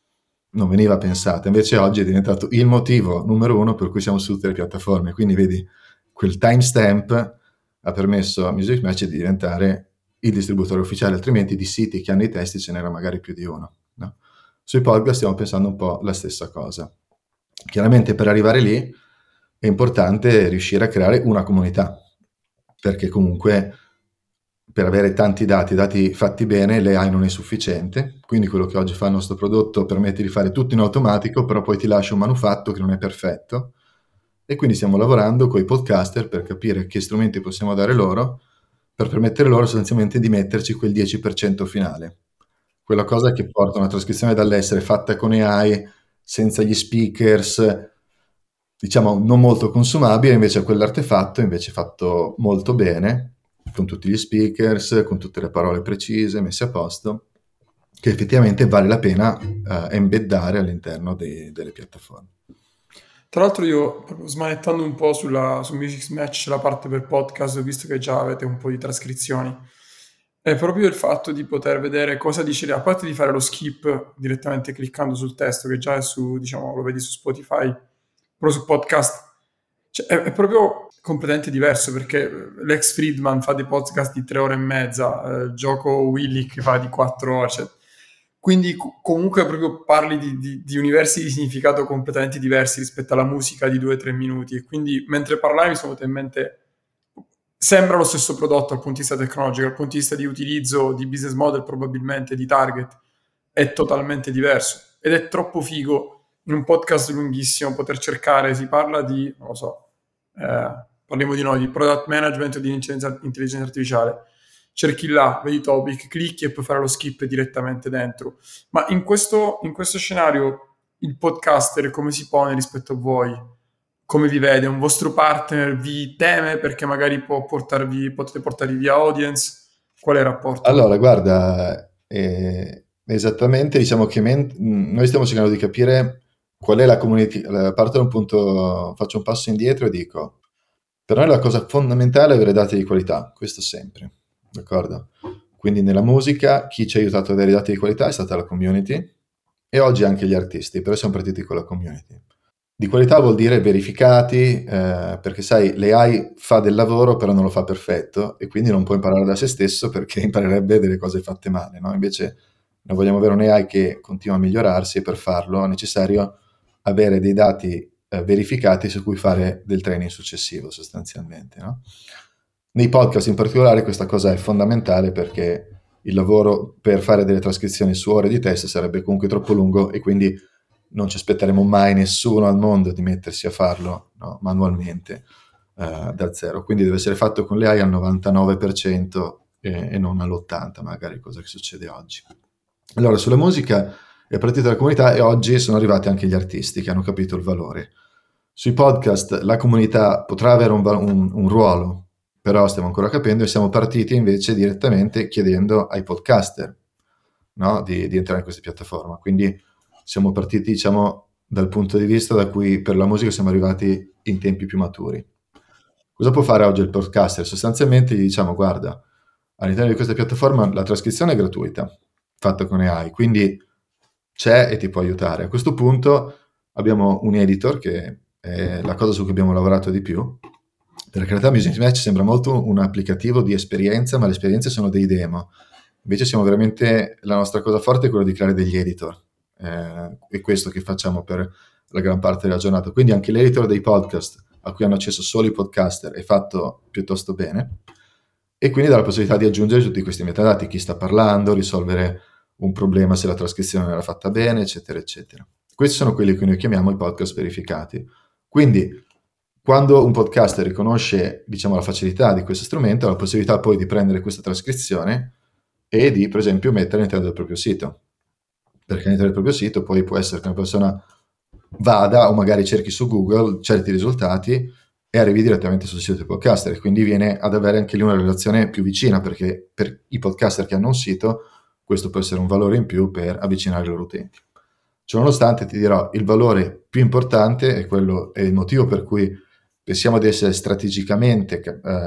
non veniva pensata, invece oggi è diventato il motivo numero uno per cui siamo su tutte le piattaforme. Quindi vedi, quel timestamp ha permesso a Music Match di diventare il distributore ufficiale, altrimenti di siti che hanno i testi ce n'era magari più di uno, no? Sui podcast stiamo pensando un po' la stessa cosa. Chiaramente per arrivare lì è importante riuscire a creare una comunità, perché comunque per avere tanti dati fatti bene, l'AI non è sufficiente, quindi quello che oggi fa il nostro prodotto permette di fare tutto in automatico, però poi ti lascia un manufatto che non è perfetto, e quindi stiamo lavorando con i podcaster per capire che strumenti possiamo dare loro, per permettere loro sostanzialmente di metterci quel 10% finale. Quella cosa che porta una trascrizione dall'essere fatta con AI, senza gli speakers, diciamo non molto consumabile, invece quell'artefatto invece fatto molto bene, con tutti gli speakers, con tutte le parole precise, messe a posto, che effettivamente vale la pena embeddare all'interno delle piattaforme. Tra l'altro io, proprio smanettando un po' su Music Match, la parte per podcast, ho visto che già avete un po' di trascrizioni, è proprio il fatto di poter vedere cosa dice, a parte di fare lo skip direttamente cliccando sul testo, che già è su, diciamo, lo vedi su Spotify, però su podcast, cioè, è proprio completamente diverso, perché Lex Friedman fa dei podcast di 3 ore e mezza, Gioco Willy che fa di 4 ore, cioè, quindi comunque proprio parli di universi di significato completamente diversi rispetto alla musica di 2 o 3 minuti, e quindi mentre parlavi mi sono venuto in mente, sembra lo stesso prodotto dal punto di vista tecnologico, dal punto di vista di utilizzo, di business model, probabilmente di target, è totalmente diverso, ed è troppo figo in un podcast lunghissimo poter cercare, si parla di, non lo so, parliamo di noi, di product management o di intelligenza artificiale, cerchi là, vedi topic, clicchi e puoi fare lo skip direttamente dentro. Ma in questo scenario il podcaster come si pone rispetto a voi? Come vi vede? Un vostro partner vi teme perché magari potete portarvi via audience? Qual è il rapporto? Allora, guarda, esattamente, diciamo che noi stiamo cercando di capire qual è la community. Parto da un punto, faccio un passo indietro e dico, per noi la cosa fondamentale è avere dati di qualità, questo sempre, d'accordo? Quindi nella musica chi ci ha aiutato ad avere dati di qualità è stata la community e oggi anche gli artisti, però siamo partiti con la community. Di qualità vuol dire verificati, perché sai, l'AI fa del lavoro però non lo fa perfetto e quindi non può imparare da se stesso perché imparerebbe delle cose fatte male, no? Invece noi vogliamo avere un AI che continua a migliorarsi e per farlo è necessario avere dei dati verificati su cui fare del training successivo sostanzialmente, no? Nei podcast in particolare questa cosa è fondamentale perché il lavoro per fare delle trascrizioni su ore di test sarebbe comunque troppo lungo e quindi non ci aspetteremo mai nessuno al mondo di mettersi a farlo, no, manualmente da zero. Quindi deve essere fatto con le AI al 99% e non all'80% magari, cosa che succede oggi. Allora, sulla musica è partita la comunità e oggi sono arrivati anche gli artisti che hanno capito il valore. Sui podcast la comunità potrà avere un ruolo, però stiamo ancora capendo e siamo partiti invece direttamente chiedendo ai podcaster, no, di entrare in queste piattaforme. Quindi siamo partiti, diciamo, dal punto di vista da cui per la musica siamo arrivati in tempi più maturi. Cosa può fare oggi il podcaster? Sostanzialmente gli diciamo, guarda, all'interno di questa piattaforma la trascrizione è gratuita, fatta con AI, quindi c'è e ti può aiutare. A questo punto abbiamo un editor che è la cosa su cui abbiamo lavorato di più. Per la realtà Music Match sembra molto un applicativo di esperienza, ma le esperienze sono dei demo. Invece siamo veramente, la nostra cosa forte è quella di creare degli editor. È questo che facciamo per la gran parte della giornata. Quindi anche l'editor dei podcast, a cui hanno accesso solo i podcaster, è fatto piuttosto bene. E quindi dà la possibilità di aggiungere tutti questi metadati, chi sta parlando, risolvere un problema se la trascrizione non era fatta bene, eccetera, eccetera. Questi sono quelli che noi chiamiamo i podcast verificati. Quindi, quando un podcaster riconosce, diciamo, la facilità di questo strumento, ha la possibilità poi di prendere questa trascrizione e di, per esempio, metterla all'interno del proprio sito. Perché all'interno del proprio sito poi può essere che una persona vada o magari cerchi su Google certi risultati e arrivi direttamente sul sito del podcaster, e quindi viene ad avere anche lì una relazione più vicina, perché per i podcaster che hanno un sito questo può essere un valore in più per avvicinare i loro utenti. Ciononostante, ti dirò, il valore più importante, e quello è il motivo per cui pensiamo di essere strategicamente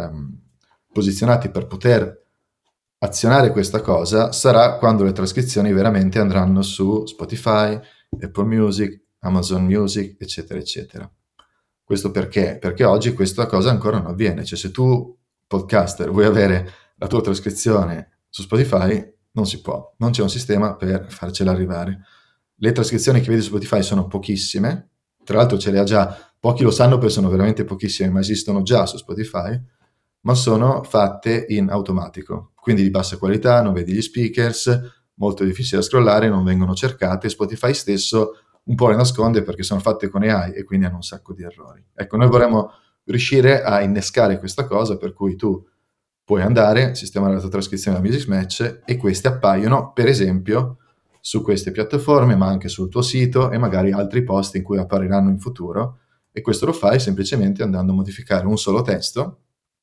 posizionati per poter azionare questa cosa, sarà quando le trascrizioni veramente andranno su Spotify, Apple Music, Amazon Music, eccetera, eccetera. Questo perché? Perché oggi questa cosa ancora non avviene. Cioè, se tu, podcaster, vuoi avere la tua trascrizione su Spotify, non si può. Non c'è un sistema per farcela arrivare. Le trascrizioni che vedi su Spotify sono pochissime. Tra l'altro ce le ha già, pochi lo sanno perché sono veramente pochissime, ma esistono già su Spotify, ma sono fatte in automatico, quindi di bassa qualità, non vedi gli speakers, molto difficile da scrollare, non vengono cercate. Spotify stesso un po' le nasconde perché sono fatte con AI e quindi hanno un sacco di errori. Ecco, noi vorremmo riuscire a innescare questa cosa per cui tu puoi andare, sistemare la tua trascrizione da Music Match e queste appaiono, per esempio, su queste piattaforme, ma anche sul tuo sito e magari altri post in cui appariranno in futuro. E questo lo fai semplicemente andando a modificare un solo testo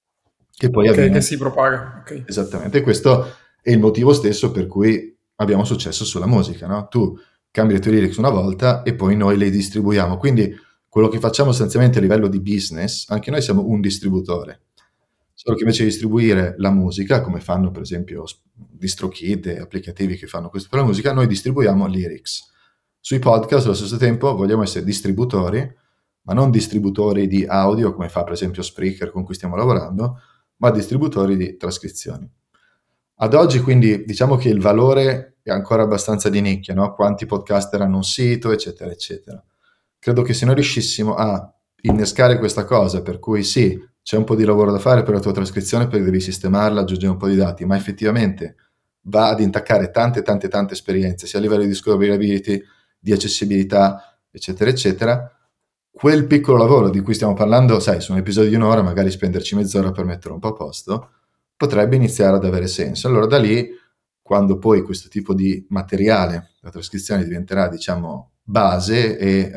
che poi Ok, che avviene. si propaga. Ok. Esattamente, questo è il motivo stesso per cui abbiamo successo sulla musica, no? Tu cambi le tue lyrics una volta e poi noi le distribuiamo. Quindi quello che facciamo sostanzialmente a livello di business, anche noi siamo un distributore. Solo che invece di distribuire la musica, come fanno per esempio DistroKid e applicativi che fanno questo per la musica, noi distribuiamo lyrics. Sui podcast allo stesso tempo vogliamo essere distributori, ma non distributori di audio come fa per esempio Spreaker con cui stiamo lavorando, ma distributori di trascrizioni. Ad oggi quindi diciamo che il valore è ancora abbastanza di nicchia, no? Quanti podcaster hanno un sito, eccetera, eccetera. Credo che se noi riuscissimo a innescare questa cosa, per cui sì, c'è un po' di lavoro da fare per la tua trascrizione perché devi sistemarla, aggiungere un po' di dati, ma effettivamente va ad intaccare tante, tante, tante esperienze, sia a livello di discoverability, di accessibilità, eccetera, eccetera. Quel piccolo lavoro di cui stiamo parlando, sai, su un episodio di un'ora, magari spenderci mezz'ora per mettere un po' a posto, potrebbe iniziare ad avere senso. Allora da lì, quando poi questo tipo di materiale, la trascrizione diventerà, diciamo, base e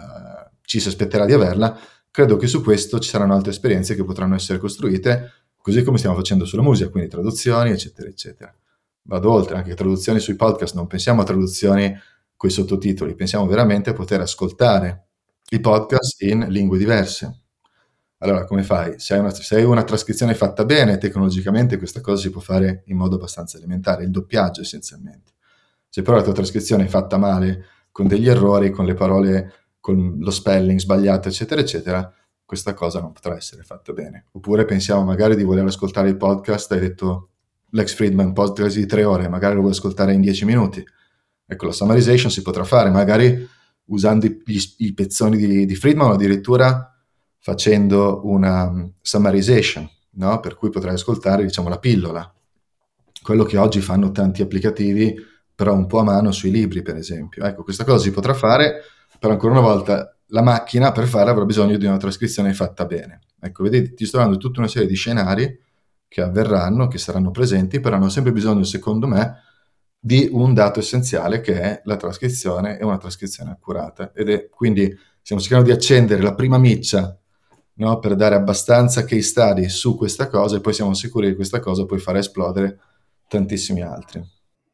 ci si aspetterà di averla, credo che su questo ci saranno altre esperienze che potranno essere costruite, così come stiamo facendo sulla musica, quindi traduzioni, eccetera, eccetera. Vado oltre, anche traduzioni sui podcast, non pensiamo a traduzioni con i sottotitoli, pensiamo veramente a poter ascoltare i podcast in lingue diverse. Allora, come fai? Se hai una trascrizione fatta bene, tecnologicamente questa cosa si può fare in modo abbastanza elementare, il doppiaggio essenzialmente. Se però la tua trascrizione è fatta male, con degli errori, con le parole, con lo spelling sbagliato, eccetera, eccetera, questa cosa non potrà essere fatta bene. Oppure pensiamo magari di voler ascoltare il podcast, hai detto Lex Friedman, podcast di 3 ore, magari lo vuoi ascoltare in 10 minuti. Ecco, la summarization si potrà fare magari usando i pezzoni di Friedman o addirittura facendo una summarization, no? Per cui potrai ascoltare, diciamo, la pillola. Quello che oggi fanno tanti applicativi, però un po' a mano sui libri, per esempio. Ecco, questa cosa si potrà fare, però ancora una volta la macchina per fare avrà bisogno di una trascrizione fatta bene. Ecco, vedete, ti sto dando tutta una serie di scenari che avverranno, che saranno presenti, però hanno sempre bisogno, secondo me, di un dato essenziale che è la trascrizione e una trascrizione accurata. Ed è quindi stiamo cercando di accendere la prima miccia, no, per dare abbastanza case study su questa cosa e poi siamo sicuri che questa cosa poi farà esplodere tantissimi altri.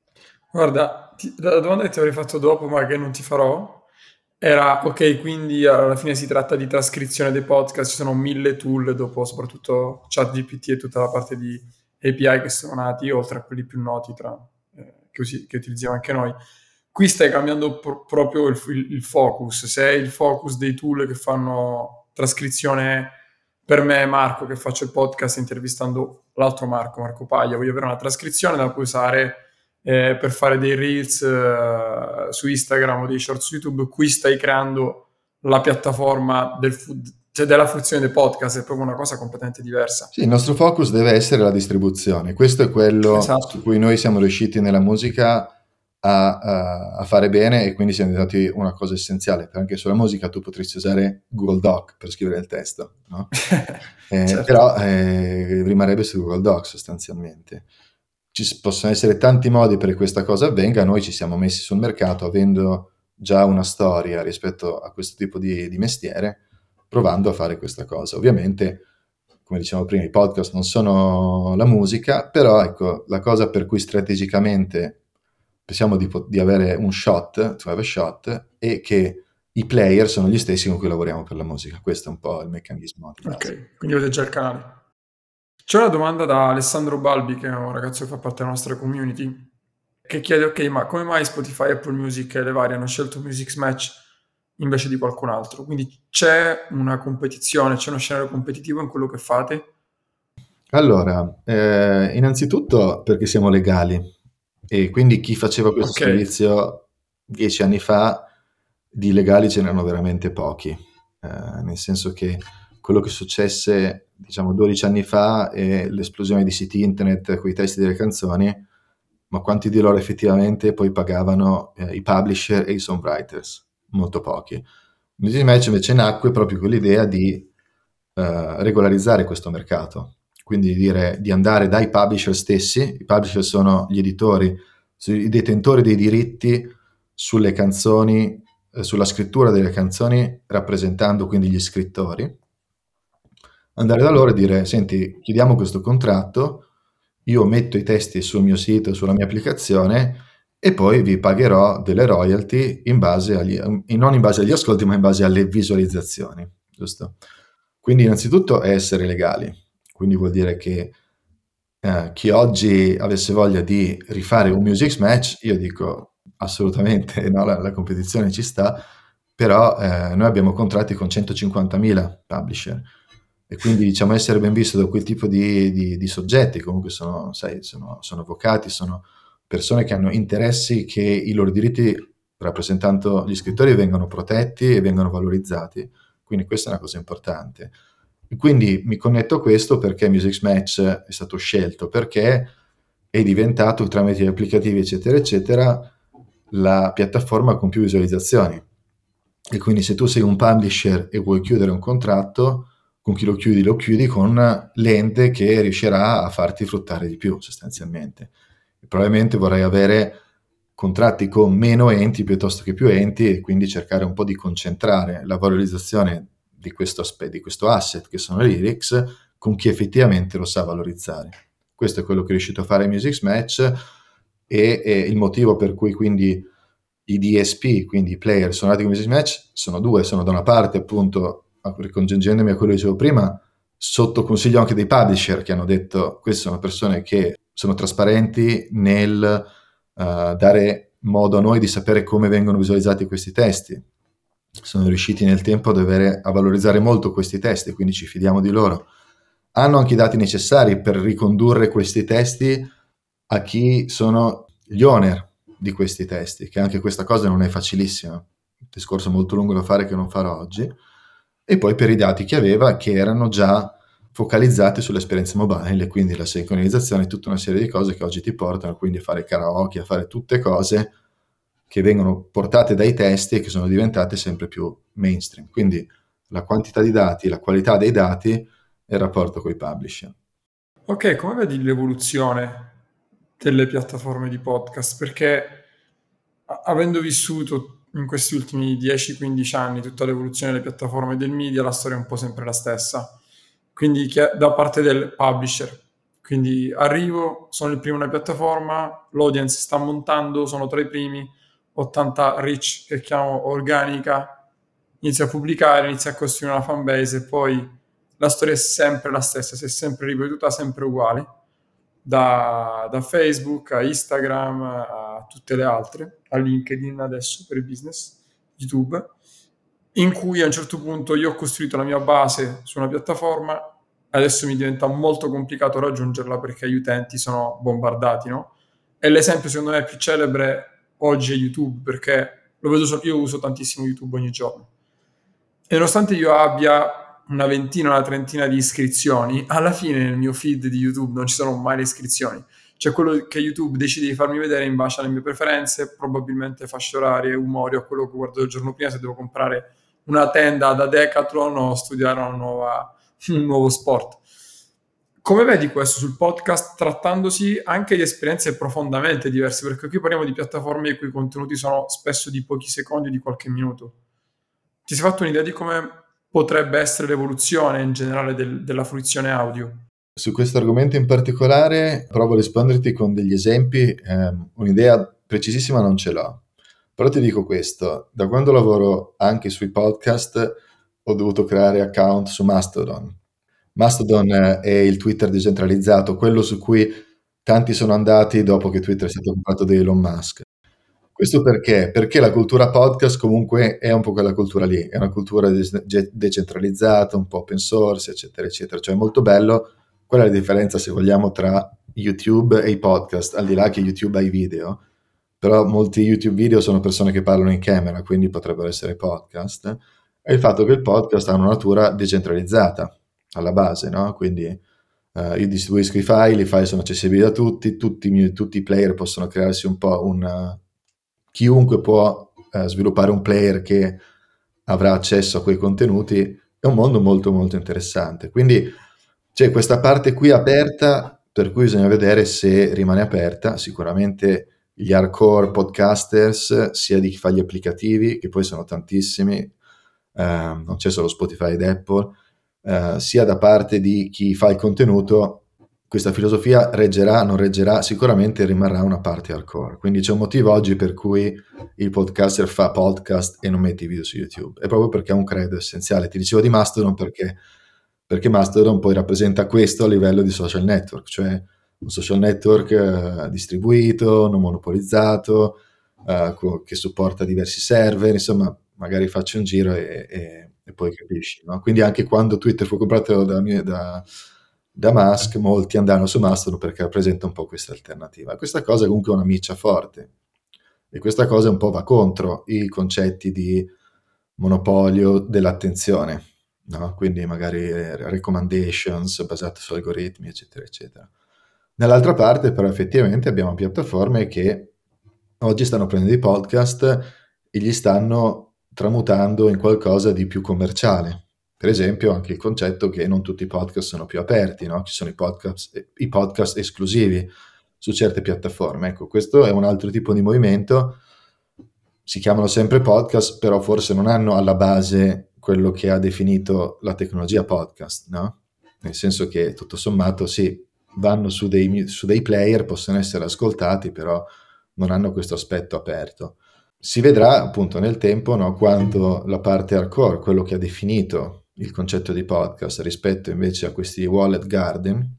Guarda, la domanda che ti avrei fatto dopo, ma che non ti farò, era, ok, quindi alla fine si tratta di trascrizione dei podcast, ci sono 1000 tool, dopo soprattutto ChatGPT e tutta la parte di API che sono nati, oltre a quelli più noti che utilizziamo anche noi. Qui stai cambiando proprio il focus. Se è il focus dei tool che fanno trascrizione per me, Marco, che faccio il podcast intervistando l'altro Marco, Marco Paglia, voglio avere una trascrizione da cui usare per fare dei reels su Instagram o dei short su YouTube. Qui stai creando la piattaforma cioè della funzione del podcast, è proprio una cosa completamente diversa. Sì, il nostro focus deve essere la distribuzione. Questo è quello su Esatto. cui noi siamo riusciti nella musica a fare bene e quindi siamo diventati una cosa essenziale. Perché anche sulla musica tu potresti usare Google Doc per scrivere il testo, no? Certo. Però rimarrebbe su Google Doc sostanzialmente. Possono essere tanti modi per che questa cosa avvenga. Noi ci siamo messi sul mercato avendo già una storia rispetto a questo tipo di mestiere, provando a fare questa cosa. Ovviamente, come dicevamo prima, i podcast non sono la musica, però ecco, la cosa per cui strategicamente pensiamo di avere un shot, to have a shot, è che i player sono gli stessi con cui lavoriamo per la musica. Questo è un po' il meccanismo di base. Ok, quindi avete già il canale. C'è una domanda da Alessandro Balbi, che è un ragazzo che fa parte della nostra community, che chiede, ok, ma come mai Spotify, Apple Music e le varie hanno scelto Music Match invece di qualcun altro? Quindi c'è una competizione, c'è uno scenario competitivo in quello che fate? Allora, innanzitutto perché siamo legali e quindi chi faceva questo Ok, servizio 10 anni fa di legali ce n'erano veramente pochi, nel senso che quello che successe, diciamo, 12 anni fa è l'esplosione di siti internet con i testi delle canzoni, ma quanti di loro effettivamente poi pagavano i publisher e i songwriters? Molto pochi. Music Match invece nacque proprio con l'idea di regolarizzare questo mercato, quindi di andare dai publisher stessi, i publisher sono gli editori, i detentori dei diritti sulle canzoni, sulla scrittura delle canzoni, rappresentando quindi gli scrittori, andare da loro e dire, senti, chiudiamo questo contratto, io metto i testi sul mio sito, sulla mia applicazione e poi vi pagherò delle royalty non in base agli ascolti, ma in base alle visualizzazioni, giusto? Quindi innanzitutto è essere legali, quindi vuol dire che chi oggi avesse voglia di rifare un Music Match, io dico assolutamente no, la competizione ci sta, però noi abbiamo contratti con 150.000 publisher e quindi diciamo essere ben visto da quel tipo di soggetti, comunque sono, sai, sono avvocati, sono persone che hanno interessi che i loro diritti rappresentando gli scrittori vengano protetti e vengano valorizzati, quindi questa è una cosa importante. E quindi mi connetto a questo perché Music Match è stato scelto, perché è diventato tramite gli applicativi eccetera eccetera la piattaforma con più visualizzazioni. E quindi se tu sei un publisher e vuoi chiudere un contratto, con chi lo chiudi con l'ente che riuscirà a farti fruttare di più sostanzialmente. E probabilmente vorrei avere contratti con meno enti piuttosto che più enti e quindi cercare un po' di concentrare la valorizzazione di questo asset che sono le lyrics con chi effettivamente lo sa valorizzare. Questo è quello che è riuscito a fare Music Match e il motivo per cui quindi i DSP, quindi i player sono nati con Music Match, sono due, sono da una parte appunto, ricongiungendomi a quello che dicevo prima, sotto consiglio anche dei publisher che hanno detto queste sono persone che sono trasparenti nel dare modo a noi di sapere come vengono visualizzati questi testi. Sono riusciti nel tempo a valorizzare molto questi testi, quindi ci fidiamo di loro. Hanno anche i dati necessari per ricondurre questi testi a chi sono gli owner di questi testi, che anche questa cosa non è facilissima. Un discorso molto lungo da fare che non farò oggi. E poi per i dati che aveva, che erano già focalizzati sull'esperienza mobile, e quindi la sincronizzazione e tutta una serie di cose che oggi ti portano quindi a fare karaoke, a fare tutte cose che vengono portate dai testi e che sono diventate sempre più mainstream. Quindi la quantità di dati, la qualità dei dati e il rapporto con i publisher. ok, come vedi l'evoluzione delle piattaforme di podcast? Perché avendo vissuto in questi ultimi 10-15 anni tutta l'evoluzione delle piattaforme del media, la storia è un po' sempre la stessa. Quindi da parte del publisher. Quindi arrivo, sono il primo nella piattaforma, l'audience sta montando, sono tra i primi, 80 reach che chiamo organica, inizio a pubblicare, inizio a costruire una fanbase e poi la storia è sempre la stessa, si è sempre ripetuta, sempre uguale, da Facebook a Instagram a tutte le altre, a LinkedIn adesso per il business, YouTube, in cui a un certo punto io ho costruito la mia base su una piattaforma, adesso mi diventa molto complicato raggiungerla perché gli utenti sono bombardati, no? E l'esempio secondo me più celebre oggi è YouTube, perché lo vedo io uso tantissimo YouTube ogni giorno. E nonostante io abbia una ventina, una trentina di iscrizioni, alla fine nel mio feed di YouTube non ci sono mai le iscrizioni. Cioè quello che YouTube decide di farmi vedere in base alle mie preferenze, probabilmente fasce orarie, umori o quello che guardo il giorno prima, se devo comprare una tenda da Decathlon o studiare un nuovo sport. Come vedi questo sul podcast, trattandosi anche di esperienze profondamente diverse? Perché qui parliamo di piattaforme i cui contenuti sono spesso di pochi secondi, di qualche minuto. Ti sei fatto un'idea di come potrebbe essere l'evoluzione in generale della fruizione audio? Su questo argomento in particolare provo a risponderti con degli esempi, un'idea precisissima non ce l'ho, però ti dico questo: da quando lavoro anche sui podcast ho dovuto creare account su Mastodon. Mastodon è il Twitter decentralizzato, quello su cui tanti sono andati dopo che Twitter è stato comprato da Elon Musk. Questo perché? Perché la cultura podcast comunque è un po' quella cultura lì, è una cultura decentralizzata, un po' open source, eccetera, eccetera. Cioè è molto bello. Qual è la differenza, se vogliamo, tra YouTube e i podcast? Al di là che YouTube ha i video, però molti YouTube video sono persone che parlano in camera, quindi potrebbero essere podcast, è il fatto che il podcast ha una natura decentralizzata alla base, no? Quindi io distribuisco i file sono accessibili da tutti i player possono crearsi un po' chiunque può sviluppare un player che avrà accesso a quei contenuti. È un mondo molto molto interessante. Quindi c'è questa parte qui aperta, per cui bisogna vedere se rimane aperta. Sicuramente gli hardcore podcasters, sia di chi fa gli applicativi, che poi sono tantissimi, non c'è solo Spotify ed Apple, sia da parte di chi fa il contenuto, questa filosofia reggerà, non reggerà, sicuramente rimarrà una parte hardcore. Quindi c'è un motivo oggi per cui il podcaster fa podcast e non mette i video su YouTube. È proprio perché è un credo essenziale. Ti dicevo di Mastodon perché Mastodon poi rappresenta questo a livello di social network, cioè un social network distribuito, non monopolizzato, che supporta diversi server, insomma, magari faccio un giro e poi capisci, no? Quindi anche quando Twitter fu comprato da Musk, molti andarono su Mastodon perché rappresenta un po' questa alternativa. Questa cosa è comunque una miccia forte, e questa cosa un po' va contro i concetti di monopolio dell'attenzione, no? Quindi magari recommendations basate su algoritmi, eccetera, eccetera. Dall'altra parte, però, effettivamente abbiamo piattaforme che oggi stanno prendendo i podcast e li stanno tramutando in qualcosa di più commerciale. Per esempio, anche il concetto che non tutti i podcast sono più aperti, no? Ci sono i podcast esclusivi su certe piattaforme. Ecco, questo è un altro tipo di movimento. Si chiamano sempre podcast, però forse non hanno alla base quello che ha definito la tecnologia podcast, no? Nel senso che tutto sommato sì, vanno su dei player, possono essere ascoltati, però non hanno questo aspetto aperto. Si vedrà appunto nel tempo, no, quanto la parte hardcore, quello che ha definito il concetto di podcast, rispetto invece a questi wallet garden,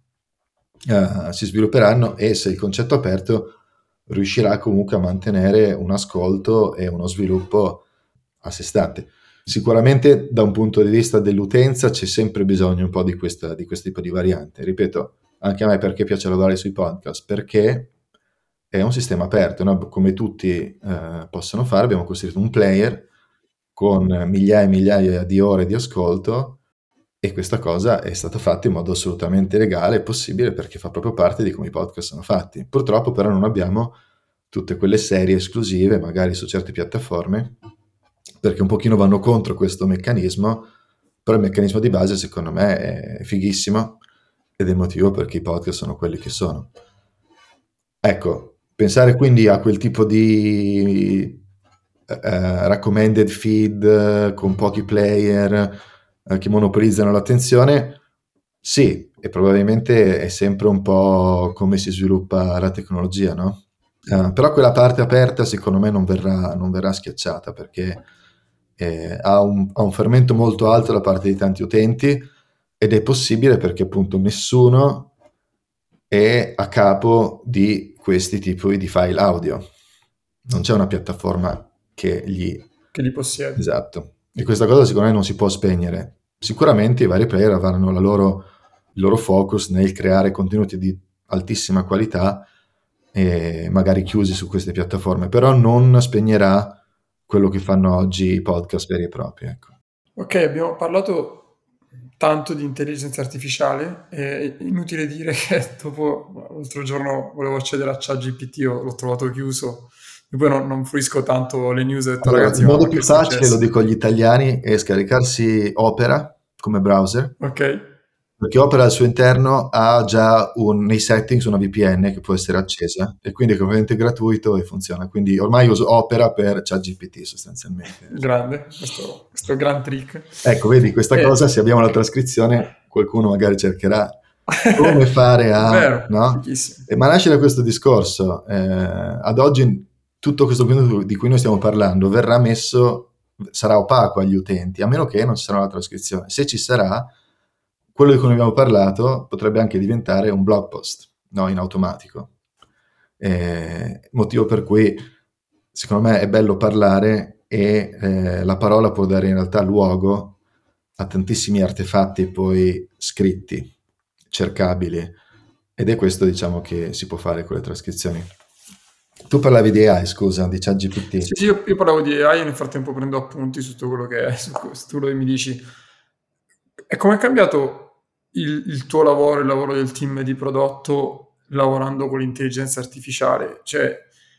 si svilupperanno, e se il concetto aperto riuscirà comunque a mantenere un ascolto e uno sviluppo a sé stante. Sicuramente da un punto di vista dell'utenza c'è sempre bisogno un po' di questo tipo di variante. Ripeto, anche a me perché piace lavorare sui podcast? Perché è un sistema aperto, no? Come tutti possono fare, abbiamo costruito un player con migliaia e migliaia di ore di ascolto, e questa cosa è stata fatta in modo assolutamente legale e possibile perché fa proprio parte di come i podcast sono fatti. Purtroppo però non abbiamo tutte quelle serie esclusive, magari su certe piattaforme, perché un pochino vanno contro questo meccanismo, però il meccanismo di base secondo me è fighissimo ed è il motivo perché i podcast sono quelli che sono. Ecco, pensare quindi a quel tipo di recommended feed con pochi player che monopolizzano l'attenzione, sì, e probabilmente è sempre un po' come si sviluppa la tecnologia, no? Però quella parte aperta secondo me non verrà schiacciata perché ha un fermento molto alto da parte di tanti utenti, ed è possibile perché appunto nessuno è a capo di questi tipi di file audio. Non c'è una piattaforma che li possiede. Esatto. E questa cosa secondo me non si può spegnere. Sicuramente i vari player avranno il loro focus nel creare contenuti di altissima qualità e magari chiusi su queste piattaforme, però non spegnerà quello che fanno oggi i podcast veri e propri, ecco. Ok, abbiamo parlato tanto di intelligenza artificiale, è inutile dire che dopo l'altro giorno volevo accedere a ChatGPT, l'ho trovato chiuso, e poi non fruisco tanto le news, ho detto Allora, ragazzi il modo ma più che è facile, lo successo? dico agli italiani, è scaricarsi Opera come browser, Ok, perché Opera al suo interno ha già nei settings una VPN che può essere accesa e quindi è completamente gratuito e funziona. Quindi ormai uso Opera per ChatGPT sostanzialmente. Grande, questo è un gran trick. Ecco, vedi, questa cosa, se abbiamo la trascrizione, qualcuno magari cercherà come fare Vero, no? fighissimo. Ma nasce da questo discorso. Ad oggi tutto questo contenuto di cui noi stiamo parlando sarà opaco agli utenti, a meno che non ci sarà una trascrizione. Se ci sarà, quello di cui abbiamo parlato potrebbe anche diventare un blog post, no? In automatico. Motivo per cui secondo me è bello parlare e la parola può dare in realtà luogo a tantissimi artefatti poi scritti, cercabili, ed è questo, diciamo, che si può fare con le trascrizioni. Tu parlavi di AI, scusa, di ChatGPT. Sì, io parlavo di AI e nel frattempo prendo appunti su tutto quello su quello che mi dici. E come è cambiato il tuo lavoro, il lavoro del team di prodotto lavorando con l'intelligenza artificiale? Cioè,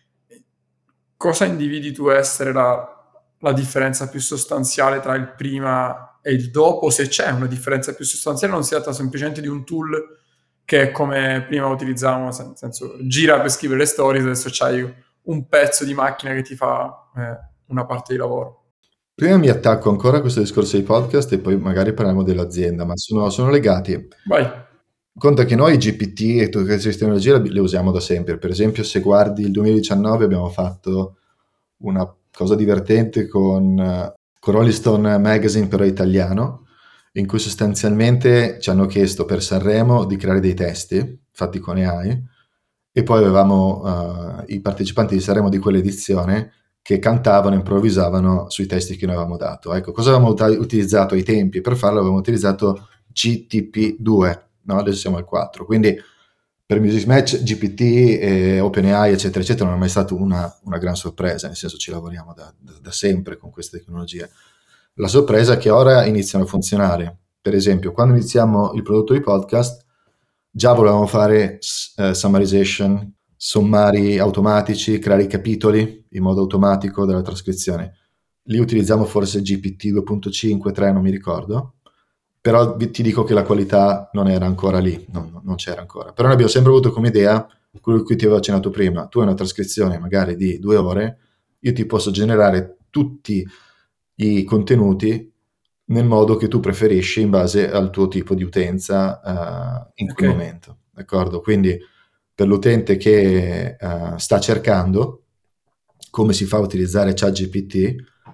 cosa individi tu essere la differenza più sostanziale tra il prima e il dopo? Se c'è una differenza più sostanziale, non si tratta semplicemente di un tool che è come prima utilizzavamo, nel senso gira per scrivere le stories, adesso c'hai un pezzo di macchina che ti fa una parte di lavoro. Prima mi attacco ancora a questo discorso di podcast e poi magari parliamo dell'azienda, ma sono legati. Vai. Conta che noi GPT e tutte queste tecnologie le usiamo da sempre. Per esempio, se guardi il 2019 abbiamo fatto una cosa divertente con Rolling Stone Magazine, però italiano, in cui sostanzialmente ci hanno chiesto per Sanremo di creare dei testi fatti con AI e poi avevamo i partecipanti di Sanremo di quell'edizione che cantavano e improvvisavano sui testi che noi avevamo dato. Ecco, cosa avevamo utilizzato ai tempi? Per farlo avevamo utilizzato GTP2, no? Adesso siamo al 4, quindi per Music Match GPT e OpenAI eccetera eccetera non è mai stata una gran sorpresa, nel senso ci lavoriamo da sempre con queste tecnologie. La sorpresa è che ora iniziano a funzionare. Per esempio, quando iniziamo il prodotto di podcast già volevamo fare summarization, sommari automatici, creare i capitoli in modo automatico della trascrizione. Lì utilizziamo forse GPT 2.5, 3, non mi ricordo, però ti dico che la qualità non era ancora lì, non c'era ancora. Però noi abbiamo sempre avuto come idea, quello di cui ti avevo accennato prima, tu hai una trascrizione magari di 2 ore, io ti posso generare tutti i contenuti nel modo che tu preferisci in base al tuo tipo di utenza in quel Ok. momento, d'accordo? Quindi per l'utente che sta cercando come si fa a utilizzare ChatGPT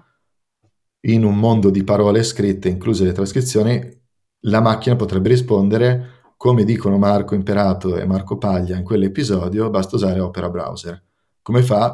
in un mondo di parole scritte, incluse le trascrizioni, la macchina potrebbe rispondere come dicono Marco Imperato e Marco Paglia in quell'episodio, basta usare Opera Browser. Come fa?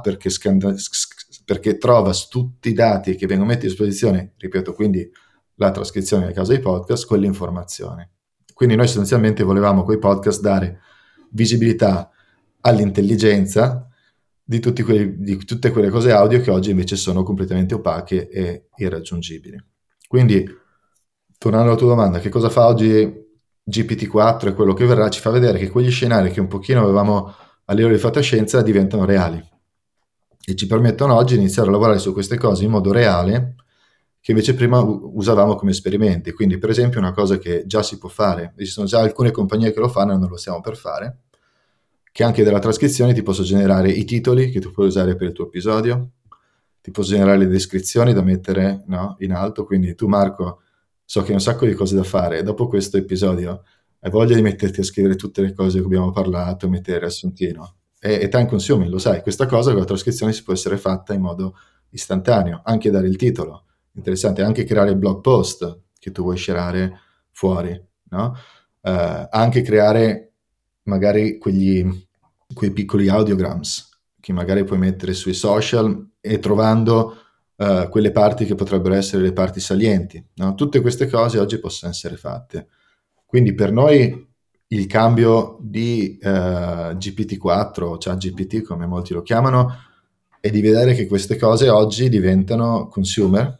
Perché trova tutti i dati che vengono messi a disposizione, ripeto, quindi la trascrizione nel caso dei podcast, quell'informazione. Quindi noi sostanzialmente volevamo con i podcast dare visibilità all'intelligenza di tutte quelle cose audio che oggi invece sono completamente opache e irraggiungibili. Quindi, tornando alla tua domanda, che cosa fa oggi GPT-4 e quello che verrà? Ci fa vedere che quegli scenari che un pochino avevamo a livello di fantascienza diventano reali e ci permettono oggi di iniziare a lavorare su queste cose in modo reale che invece prima usavamo come esperimenti. Quindi, per esempio, una cosa che già si può fare, ci sono già alcune compagnie che lo fanno e non lo stiamo per fare, che anche dalla trascrizione ti posso generare i titoli che tu puoi usare per il tuo episodio, ti posso generare le descrizioni da mettere, no, in alto, quindi tu Marco so che hai un sacco di cose da fare e dopo questo episodio hai voglia di metterti a scrivere tutte le cose che abbiamo parlato, mettere il riassuntino e time consuming, lo sai, questa cosa con la trascrizione si può essere fatta in modo istantaneo, anche dare il titolo, interessante, anche creare il blog post che tu vuoi scegliere fuori, no? Anche creare magari quei piccoli audiograms che magari puoi mettere sui social e trovando quelle parti che potrebbero essere le parti salienti, no? Tutte queste cose oggi possono essere fatte. Quindi per noi il cambio di GPT-4 cioè GPT come molti lo chiamano è di vedere che queste cose oggi diventano consumer,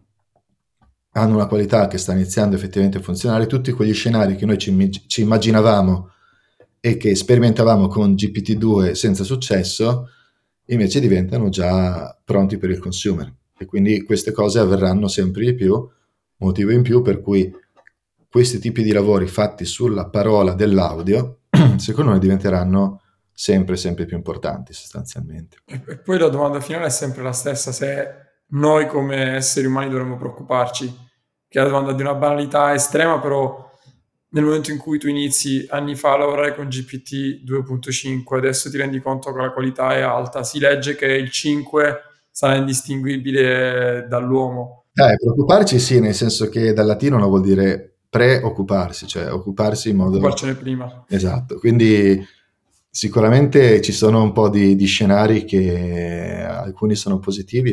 hanno una qualità che sta iniziando effettivamente a funzionare, tutti quegli scenari che noi ci immaginavamo e che sperimentavamo con GPT-2 senza successo, invece diventano già pronti per il consumer. E quindi queste cose avverranno sempre di più, motivo in più per cui questi tipi di lavori fatti sulla parola dell'audio, secondo me diventeranno sempre più importanti sostanzialmente. E poi la domanda finale è sempre la stessa, se noi come esseri umani dovremmo preoccuparci, che è la domanda di una banalità estrema, però nel momento in cui tu inizi anni fa a lavorare con GPT 2.5, adesso ti rendi conto che la qualità è alta, si legge che il 5 sarà indistinguibile dall'uomo. Preoccuparci sì, nel senso che dal latino non vuol dire preoccuparsi, cioè occuparsi in modo... Occuparcene prima. Esatto, quindi sicuramente ci sono un po' di scenari che alcuni sono positivi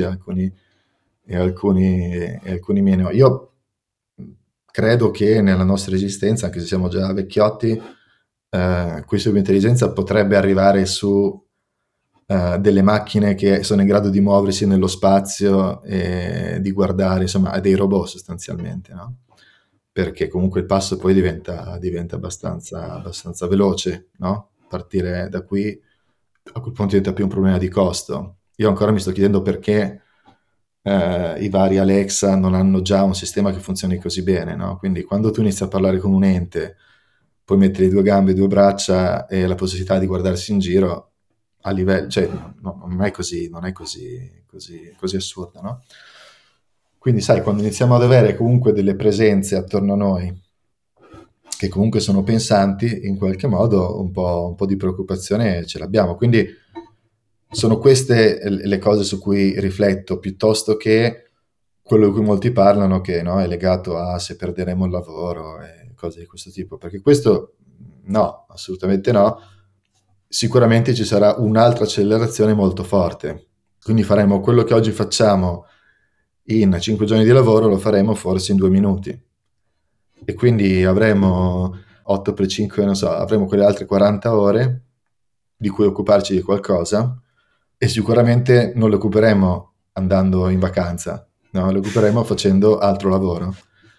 e alcuni meno. Io credo che nella nostra esistenza, anche se siamo già vecchiotti, questa intelligenza potrebbe arrivare su delle macchine che sono in grado di muoversi nello spazio e di guardare, insomma, a dei robot sostanzialmente, no? Perché comunque il passo poi diventa abbastanza veloce, no? Partire da qui a quel punto diventa più un problema di costo. Io ancora mi sto chiedendo perché i vari Alexa non hanno già un sistema che funzioni così bene, no? Quindi quando tu inizi a parlare con un ente, puoi mettere due gambe, due braccia e la possibilità di guardarsi in giro a livello, cioè non è così assurdo, no? Quindi sai, quando iniziamo ad avere comunque delle presenze attorno a noi che comunque sono pensanti, in qualche modo un po' di preoccupazione ce l'abbiamo. Quindi sono queste le cose su cui rifletto, piuttosto che quello di cui molti parlano, che no, è legato a se perderemo il lavoro e cose di questo tipo, perché questo no, assolutamente no. Sicuramente ci sarà un'altra accelerazione molto forte, quindi faremo quello che oggi facciamo in 5 giorni di lavoro, lo faremo forse in 2 minuti, e quindi avremo 8 per 5, non so, avremo quelle altre 40 ore di cui occuparci di qualcosa, e sicuramente non le occuperemo andando in vacanza, no? Le occuperemo facendo altro lavoro,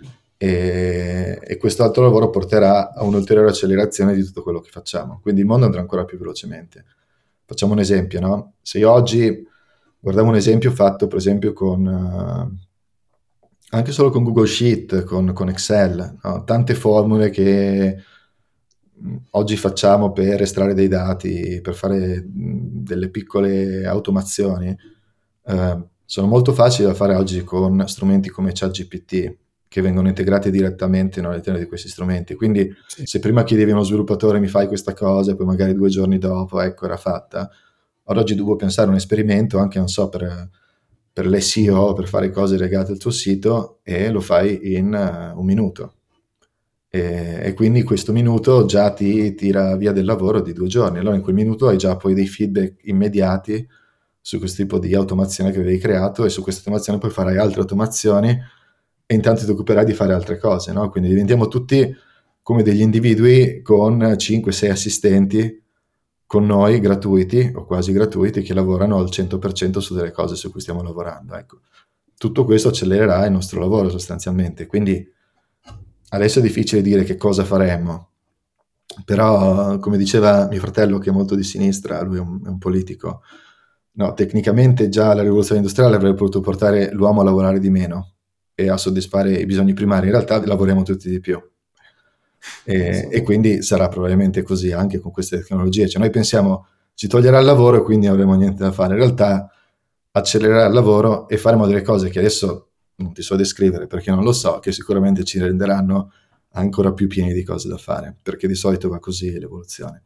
e questo altro lavoro porterà a un'ulteriore accelerazione di tutto quello che facciamo, quindi il mondo andrà ancora più velocemente. Facciamo un esempio, no? Se io oggi guardavo un esempio fatto per esempio con anche solo con Google Sheet, con Excel, no? Tante formule che oggi facciamo per estrarre dei dati, per fare delle piccole automazioni, sono molto facili da fare oggi con strumenti come ChatGPT, che vengono integrati direttamente all'interno di questi strumenti. Quindi Sì. se prima chiedevi a uno sviluppatore mi fai questa cosa e poi magari 2 giorni dopo, ecco, era fatta, ad oggi devo pensare a un esperimento anche, non so, per l'SEO, per fare cose legate al tuo sito, e lo fai in 1 minuto. E quindi questo minuto già ti tira via del lavoro di 2 giorni. Allora in quel minuto hai già poi dei feedback immediati su questo tipo di automazione che avevi creato, e su questa automazione poi farai altre automazioni e intanto ti occuperai di fare altre cose, no? Quindi diventiamo tutti come degli individui con 5-6 assistenti con noi, gratuiti o quasi gratuiti, che lavorano al 100% su delle cose su cui stiamo lavorando. Ecco. Tutto questo accelererà il nostro lavoro sostanzialmente, quindi adesso è difficile dire che cosa faremo, però come diceva mio fratello, che è molto di sinistra, lui è un politico, no, tecnicamente già la rivoluzione industriale avrebbe potuto portare l'uomo a lavorare di meno e a soddisfare i bisogni primari. In realtà lavoriamo tutti di più. E quindi sarà probabilmente così anche con queste tecnologie. Cioè noi pensiamo ci toglierà il lavoro e quindi avremo niente da fare. In realtà accelererà il lavoro e faremo delle cose che adesso non ti so descrivere perché non lo so, che sicuramente ci renderanno ancora più pieni di cose da fare, perché di solito va così l'evoluzione.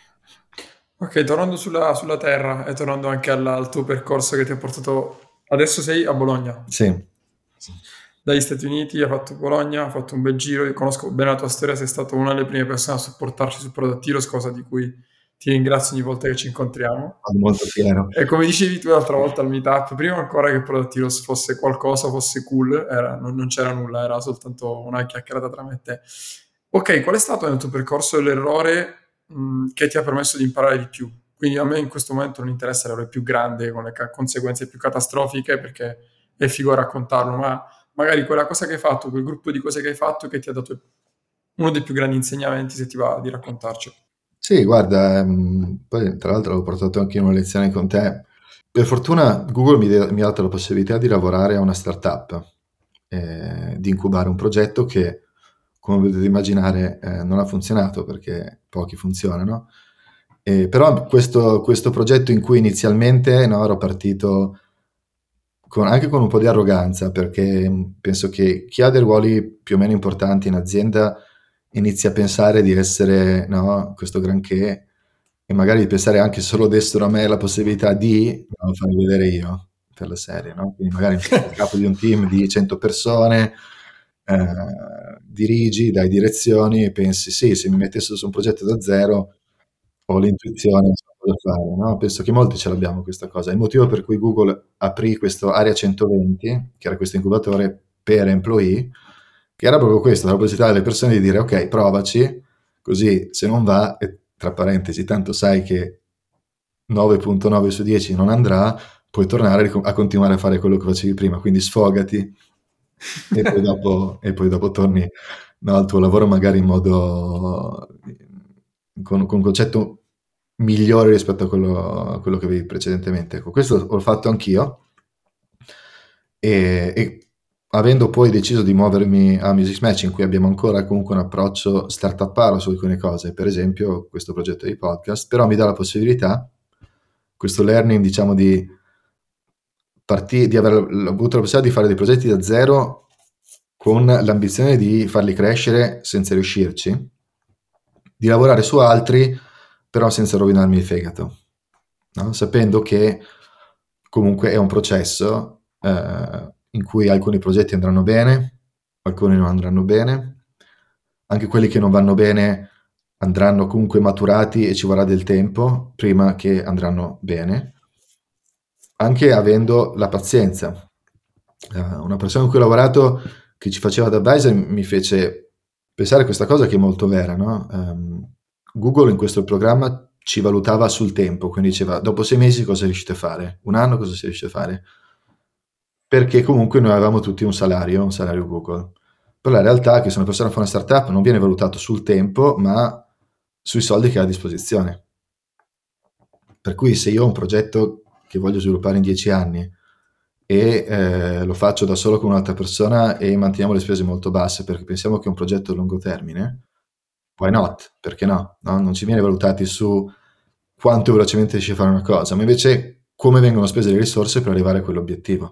Ok, tornando sulla Terra e tornando anche al tuo percorso che ti ha portato... Adesso sei a Bologna. Sì. Dagli Stati Uniti, hai fatto Bologna, hai fatto un bel giro, io conosco bene la tua storia, sei stato una delle prime persone a supportarci su Product Heroes, cosa di cui ti ringrazio ogni volta che ci incontriamo. Sono molto fiero. E come dicevi tu l'altra volta al meetup, prima ancora che Product Heroes fosse qualcosa, fosse cool, non c'era nulla, era soltanto una chiacchierata tra me e te. Ok, qual è stato nel tuo percorso l'errore che ti ha permesso di imparare di più? Quindi a me in questo momento non interessa l'errore più grande, con le conseguenze più catastrofiche, perché è figo raccontarlo, ma magari quella cosa che hai fatto, quel gruppo di cose che hai fatto che ti ha dato uno dei più grandi insegnamenti, se ti va di raccontarci. Sì, guarda, poi tra l'altro l'ho portato anche in una lezione con te. Per fortuna Google mi ha dato la possibilità di lavorare a una startup, di incubare un progetto che come potete immaginare, non ha funzionato perché pochi funzionano. Però questo progetto in cui inizialmente, no, ero partito anche con un po' di arroganza, perché penso che chi ha dei ruoli più o meno importanti in azienda inizia a pensare di essere, no, questo granché, e magari di pensare anche solo dessero a me la possibilità di, no, farmi vedere io per la serie, no? Quindi magari il capo di un team di 100 persone, dirigi, dai direzioni e pensi, sì, se mi mettessero su un progetto da zero ho l'intuizione, non so cosa fare, no? Penso che molti ce l'abbiamo questa cosa. Il motivo per cui Google aprì questo Area 120, che era questo incubatore per employee, che era proprio questo, la possibilità delle persone di dire ok, provaci, così se non va, e tra parentesi, tanto sai che 9.9 su 10 non andrà, puoi tornare a continuare a fare quello che facevi prima, quindi sfogati e poi dopo torni, no, al tuo lavoro magari in modo con un concetto migliore rispetto a quello che avevi precedentemente. Ecco, questo l'ho fatto anch'io e avendo poi deciso di muovermi a Music Match, in cui abbiamo ancora comunque un approccio startuparo su alcune cose, per esempio questo progetto di podcast, però mi dà la possibilità, questo learning, diciamo, di aver avuto la possibilità di fare dei progetti da zero con l'ambizione di farli crescere senza riuscirci, di lavorare su altri però senza rovinarmi il fegato, no? Sapendo che comunque è un processo in cui alcuni progetti andranno bene, alcuni non andranno bene, anche quelli che non vanno bene andranno comunque maturati e ci vorrà del tempo prima che andranno bene, anche avendo la pazienza. Una persona con cui ho lavorato che ci faceva da advisor mi fece pensare a questa cosa che è molto vera, no? Google in questo programma ci valutava sul tempo, quindi diceva dopo 6 mesi cosa riuscite a fare, un anno cosa si riesce a fare, perché comunque noi avevamo tutti un salario Google. Però la realtà è che se una persona fa una startup non viene valutato sul tempo, ma sui soldi che ha a disposizione. Per cui se io ho un progetto che voglio sviluppare in 10 anni e lo faccio da solo con un'altra persona e manteniamo le spese molto basse perché pensiamo che è un progetto a lungo termine, why not? Perché no? No? Non ci viene valutati su quanto velocemente riesci a fare una cosa, ma invece come vengono spese le risorse per arrivare a quell'obiettivo.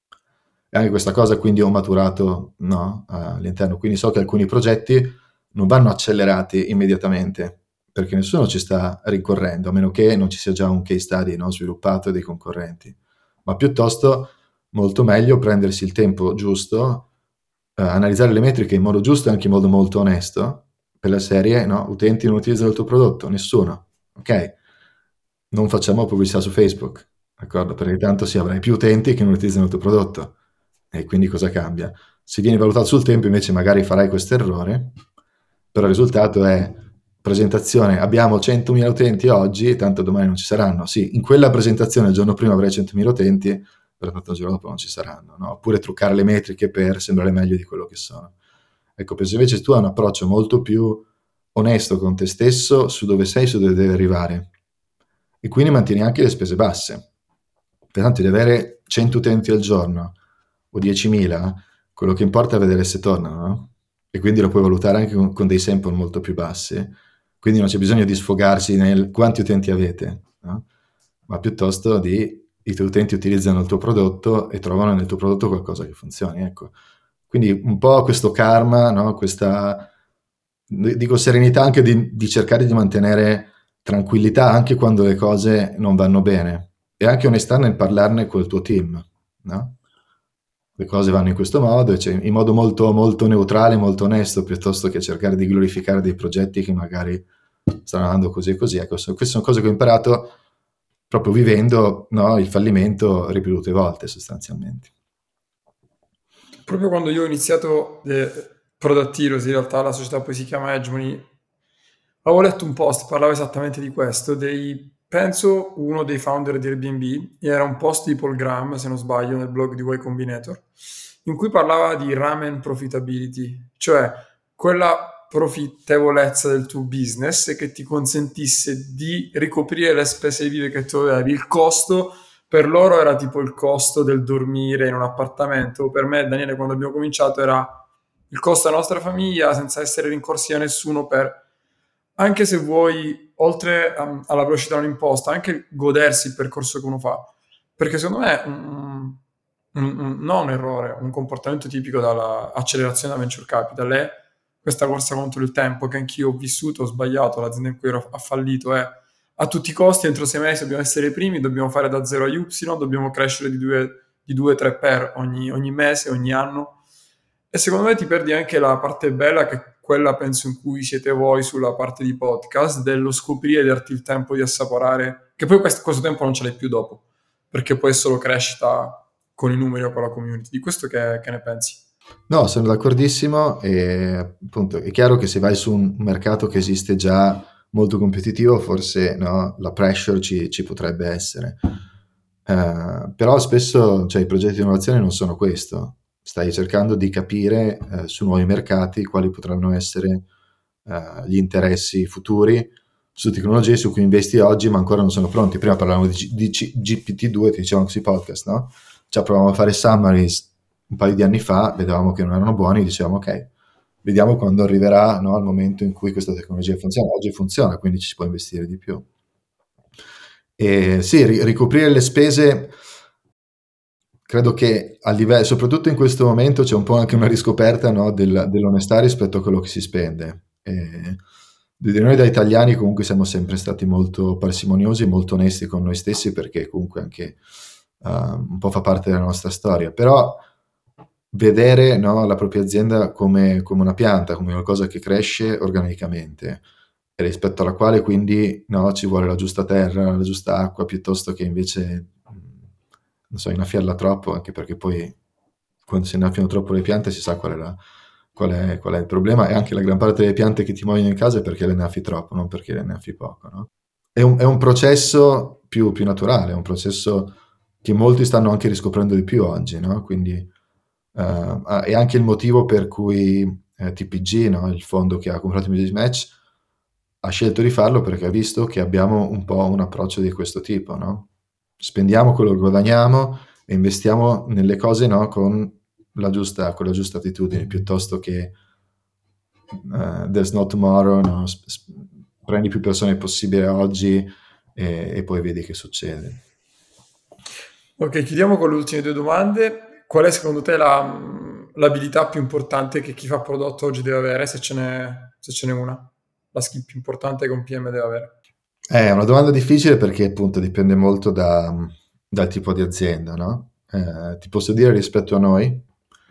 E anche questa cosa quindi ho maturato, no, all'interno, quindi so che alcuni progetti non vanno accelerati immediatamente perché nessuno ci sta rincorrendo, a meno che non ci sia già un case study, no, sviluppato dei concorrenti, ma piuttosto molto meglio prendersi il tempo giusto, analizzare le metriche in modo giusto e anche in modo molto onesto, per la serie, no, utenti non utilizzano il tuo prodotto, nessuno, ok? Non facciamo pubblicità su Facebook, d'accordo? Perché tanto sì, avrai più utenti che non utilizzano il tuo prodotto. E quindi cosa cambia? Se vieni valutato sul tempo, invece magari farai questo errore, però il risultato è presentazione, abbiamo 100.000 utenti oggi, tanto domani non ci saranno. Sì, in quella presentazione il giorno prima avrai 100.000 utenti, però tanto il giorno dopo non ci saranno, no? Oppure truccare le metriche per sembrare meglio di quello che sono. Ecco, penso invece tu hai un approccio molto più onesto con te stesso su dove sei, su dove devi arrivare e quindi mantieni anche le spese basse. Pertanto di avere 100 utenti al giorno o 10.000, quello che importa è vedere se tornano, no? E quindi lo puoi valutare anche con dei sample molto più bassi, quindi non c'è bisogno di sfogarsi nel quanti utenti avete, no? Ma piuttosto i tuoi utenti utilizzano il tuo prodotto e trovano nel tuo prodotto qualcosa che funzioni, ecco. Quindi un po' questo karma, no? Questa, dico, serenità anche di cercare di mantenere tranquillità anche quando le cose non vanno bene e anche onestà nel parlarne col tuo team, no? Le cose vanno in questo modo, cioè in modo molto, molto neutrale, molto onesto, piuttosto che cercare di glorificare dei progetti che magari stanno andando così e così. Ecco, queste sono cose che ho imparato proprio vivendo, no, il fallimento ripetute volte sostanzialmente. Proprio quando io ho iniziato Product Heroes, in realtà la società poi si chiama Hegemony, avevo letto un post, parlava esattamente di questo, penso uno dei founder di Airbnb, era un post di Paul Graham, se non sbaglio, nel blog di Y Combinator, in cui parlava di ramen profitability, cioè quella profittevolezza del tuo business che ti consentisse di ricoprire le spese vive che tu avevi. Il costo per loro era tipo il costo del dormire in un appartamento. Per me, Daniele, quando abbiamo cominciato era il costo della nostra famiglia senza essere rincorsi da nessuno per, anche se vuoi, oltre alla velocità non imposta, anche godersi il percorso che uno fa. Perché secondo me non un errore, un comportamento tipico dall'accelerazione da venture capital è questa corsa contro il tempo che anch'io ho vissuto, ho sbagliato, l'azienda in cui ero ha fallito è a tutti i costi entro 6 mesi dobbiamo essere i primi, dobbiamo fare da 0 a Y, dobbiamo crescere di 2-3 per ogni mese, ogni anno. E secondo me ti perdi anche la parte bella, che è quella penso in cui siete voi sulla parte di podcast, dello scoprire, di darti il tempo di assaporare, che poi questo tempo non ce l'hai più dopo, perché poi è solo crescita con i numeri o con la community. Di questo che ne pensi? No, sono d'accordissimo e appunto è chiaro che se vai su un mercato che esiste già molto competitivo, forse no, la pressure ci potrebbe essere. Però spesso cioè, i progetti di innovazione non sono questo. Stai cercando di capire su nuovi mercati quali potranno essere gli interessi futuri su tecnologie su cui investi oggi ma ancora non sono pronti. Prima parlavamo di GPT-2, ti dicevano questi podcast, no? Cioè provavamo a fare summaries un paio di anni fa, vedevamo che non erano buoni, dicevamo ok, vediamo quando arriverà no, al momento in cui questa tecnologia funziona. Oggi funziona, quindi ci si può investire di più. E sì, ricoprire le spese, credo che a livello, soprattutto in questo momento, c'è un po' anche una riscoperta no, dell'onestà rispetto a quello che si spende. E noi da italiani comunque siamo sempre stati molto parsimoniosi e molto onesti con noi stessi perché comunque anche un po' fa parte della nostra storia. Però vedere no, la propria azienda come una pianta, come qualcosa che cresce organicamente e rispetto alla quale quindi no, ci vuole la giusta terra, la giusta acqua, piuttosto che invece, non so, innaffiarla troppo, anche perché poi quando si innaffiano troppo le piante si sa qual è il problema e anche la gran parte delle piante che ti muoiono in casa è perché le innaffi troppo, non perché le innaffi poco. No? È un processo più naturale, è un processo che molti stanno anche riscoprendo di più oggi, no? Quindi è anche il motivo per cui TPG, no? Il fondo che ha comprato Music Match, ha scelto di farlo perché ha visto che abbiamo un po' un approccio di questo tipo, no? Spendiamo quello che guadagniamo e investiamo nelle cose no, con con la giusta attitudine, piuttosto che there's no tomorrow, no? Prendi più persone possibile oggi e poi vedi che succede. Ok, chiudiamo con le ultime due domande. Qual è secondo te l'abilità più importante che chi fa prodotto oggi deve avere, se ce n'è una? La skill più importante che un PM deve avere? È una domanda difficile perché appunto dipende molto dal tipo di azienda, no? Ti posso dire rispetto a noi,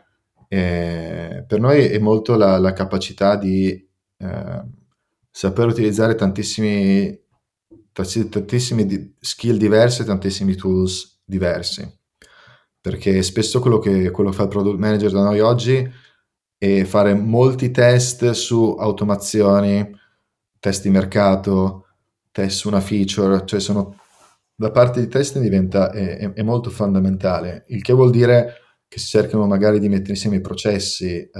per noi è molto la capacità di eh, saper utilizzare tantissimi skill diverse, tantissimi tools diversi. Perché spesso quello che fa il product manager da noi oggi è fare molti test su automazioni, test di mercato, test su una feature, cioè la parte di testing è molto fondamentale, il che vuol dire che si cercano magari di mettere insieme i processi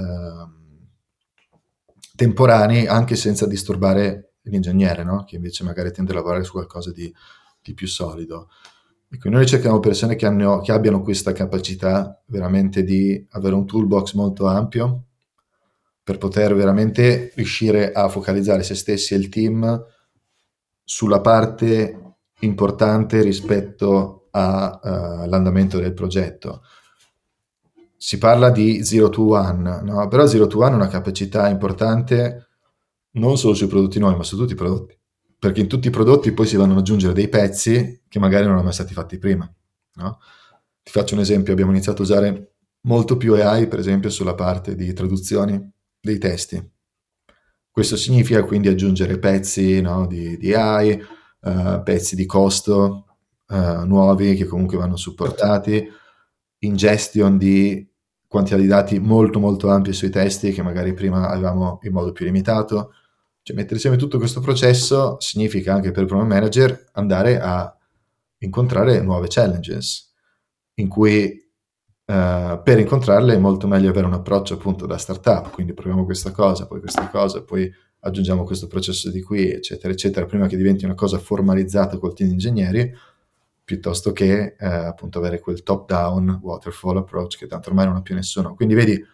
temporanei anche senza disturbare l'ingegnere, no? Che invece magari tende a lavorare su qualcosa di più solido. E quindi noi cerchiamo persone che abbiano questa capacità veramente di avere un toolbox molto ampio per poter veramente riuscire a focalizzare se stessi e il team sulla parte importante rispetto all'andamento del progetto. Si parla di zero to one, no? Però zero to one è una capacità importante non solo sui prodotti nuovi, ma su tutti i prodotti. Perché in tutti i prodotti poi si vanno ad aggiungere dei pezzi che magari non erano mai stati fatti prima. No? Ti faccio un esempio, abbiamo iniziato a usare molto più AI, per esempio, sulla parte di traduzioni dei testi. Questo significa quindi aggiungere pezzi no, di AI, pezzi di costo nuovi che comunque vanno Certo. supportati, ingestion di quantità di dati molto molto ampie sui testi che magari prima avevamo in modo più limitato. Cioè mettere insieme tutto questo processo significa anche per il program manager andare a incontrare nuove challenges in cui per incontrarle è molto meglio avere un approccio appunto da startup, quindi proviamo questa cosa, poi aggiungiamo questo processo di qui, eccetera, eccetera, prima che diventi una cosa formalizzata col team di ingegneri, piuttosto che appunto avere quel top-down waterfall approach che tanto ormai non ha più nessuno. Quindi vedi,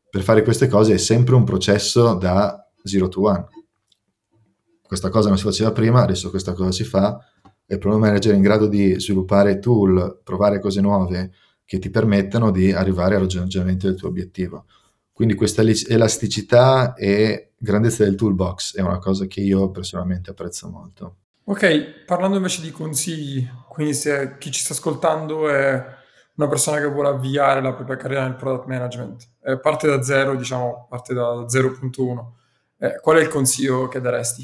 per fare queste cose è sempre un processo da 0 to 1. Questa cosa non si faceva prima, adesso questa cosa si fa, e il product manager è in grado di sviluppare tool, provare cose nuove che ti permettano di arrivare al raggiungimento del tuo obiettivo. Quindi questa elasticità e grandezza del toolbox è una cosa che io personalmente apprezzo molto. Ok, parlando invece di consigli, quindi se chi ci sta ascoltando è una persona che vuole avviare la propria carriera nel product management, parte da zero, diciamo, parte da 0.1, qual è il consiglio che daresti?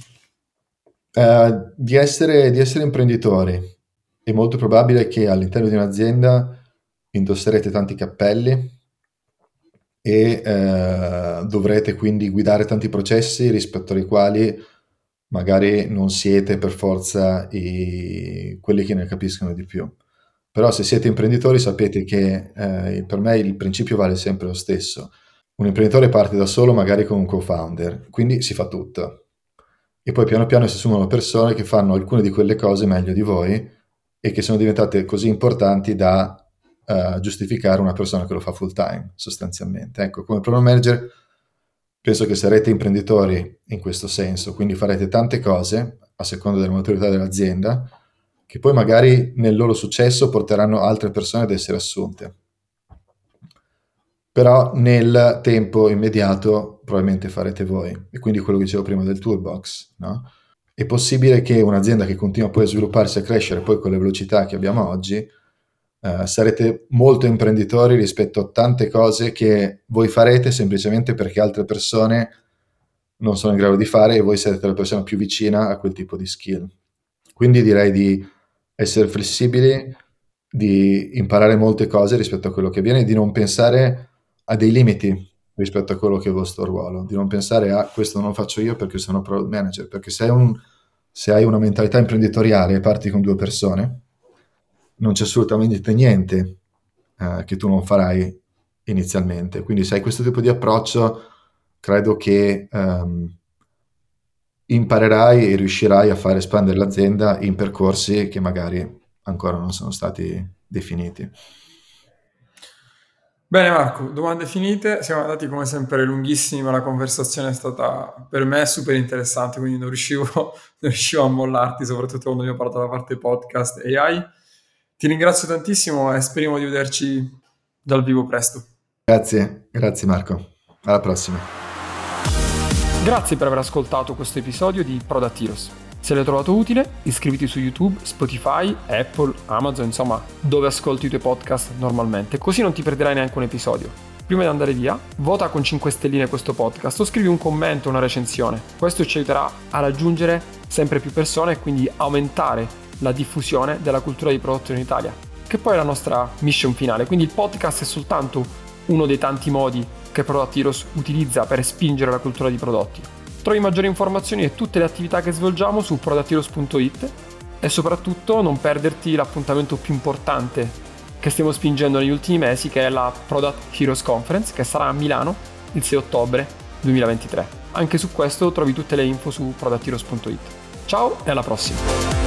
Di essere imprenditori. È molto probabile che all'interno di un'azienda indosserete tanti cappelli e dovrete quindi guidare tanti processi rispetto ai quali magari non siete per forza quelli che ne capiscono di più. Però se siete imprenditori sapete che per me il principio vale sempre lo stesso. Un imprenditore parte da solo, magari con un co-founder, quindi si fa tutto. E poi piano piano si assumono persone che fanno alcune di quelle cose meglio di voi e che sono diventate così importanti da giustificare una persona che lo fa full time, sostanzialmente. Ecco, come product manager penso che sarete imprenditori in questo senso, quindi farete tante cose a seconda della maturità dell'azienda, che poi magari nel loro successo porteranno altre persone ad essere assunte. Però nel tempo immediato probabilmente farete voi. E quindi quello che dicevo prima del toolbox, no? È possibile che un'azienda che continua poi a svilupparsi e a crescere poi con le velocità che abbiamo oggi, sarete molto imprenditori rispetto a tante cose che voi farete semplicemente perché altre persone non sono in grado di fare e voi siete la persona più vicina a quel tipo di skill. Quindi direi di essere flessibili, di imparare molte cose rispetto a quello che viene e di non pensare a dei limiti rispetto a quello che è il vostro ruolo, di non pensare a questo non lo faccio io perché sono product manager, perché se hai una mentalità imprenditoriale e parti con 2 persone, non c'è assolutamente niente che tu non farai inizialmente. Quindi se hai questo tipo di approccio, credo che imparerai e riuscirai a far espandere l'azienda in percorsi che magari ancora non sono stati definiti. Bene Marco, domande finite, siamo andati come sempre lunghissimi, ma la conversazione è stata per me super interessante, quindi non riuscivo a mollarti, soprattutto quando abbiamo parlato della parte podcast e AI. Ti ringrazio tantissimo e speriamo di vederci dal vivo presto. Grazie Marco. Alla prossima. Grazie per aver ascoltato questo episodio di Product Heroes. Se l'hai trovato utile, iscriviti su YouTube, Spotify, Apple, Amazon, insomma, dove ascolti i tuoi podcast normalmente, così non ti perderai neanche un episodio. Prima di andare via, vota con 5 stelline questo podcast o scrivi un commento, una recensione. Questo ci aiuterà a raggiungere sempre più persone e quindi aumentare la diffusione della cultura di prodotto in Italia, che poi è la nostra mission finale. Quindi il podcast è soltanto uno dei tanti modi che Product Heroes utilizza per spingere la cultura di prodotti. Trovi maggiori informazioni e tutte le attività che svolgiamo su productheroes.it e soprattutto non perderti l'appuntamento più importante che stiamo spingendo negli ultimi mesi, che è la Product Heroes Conference, che sarà a Milano il 6 ottobre 2023. Anche su questo trovi tutte le info su productheroes.it. Ciao e alla prossima!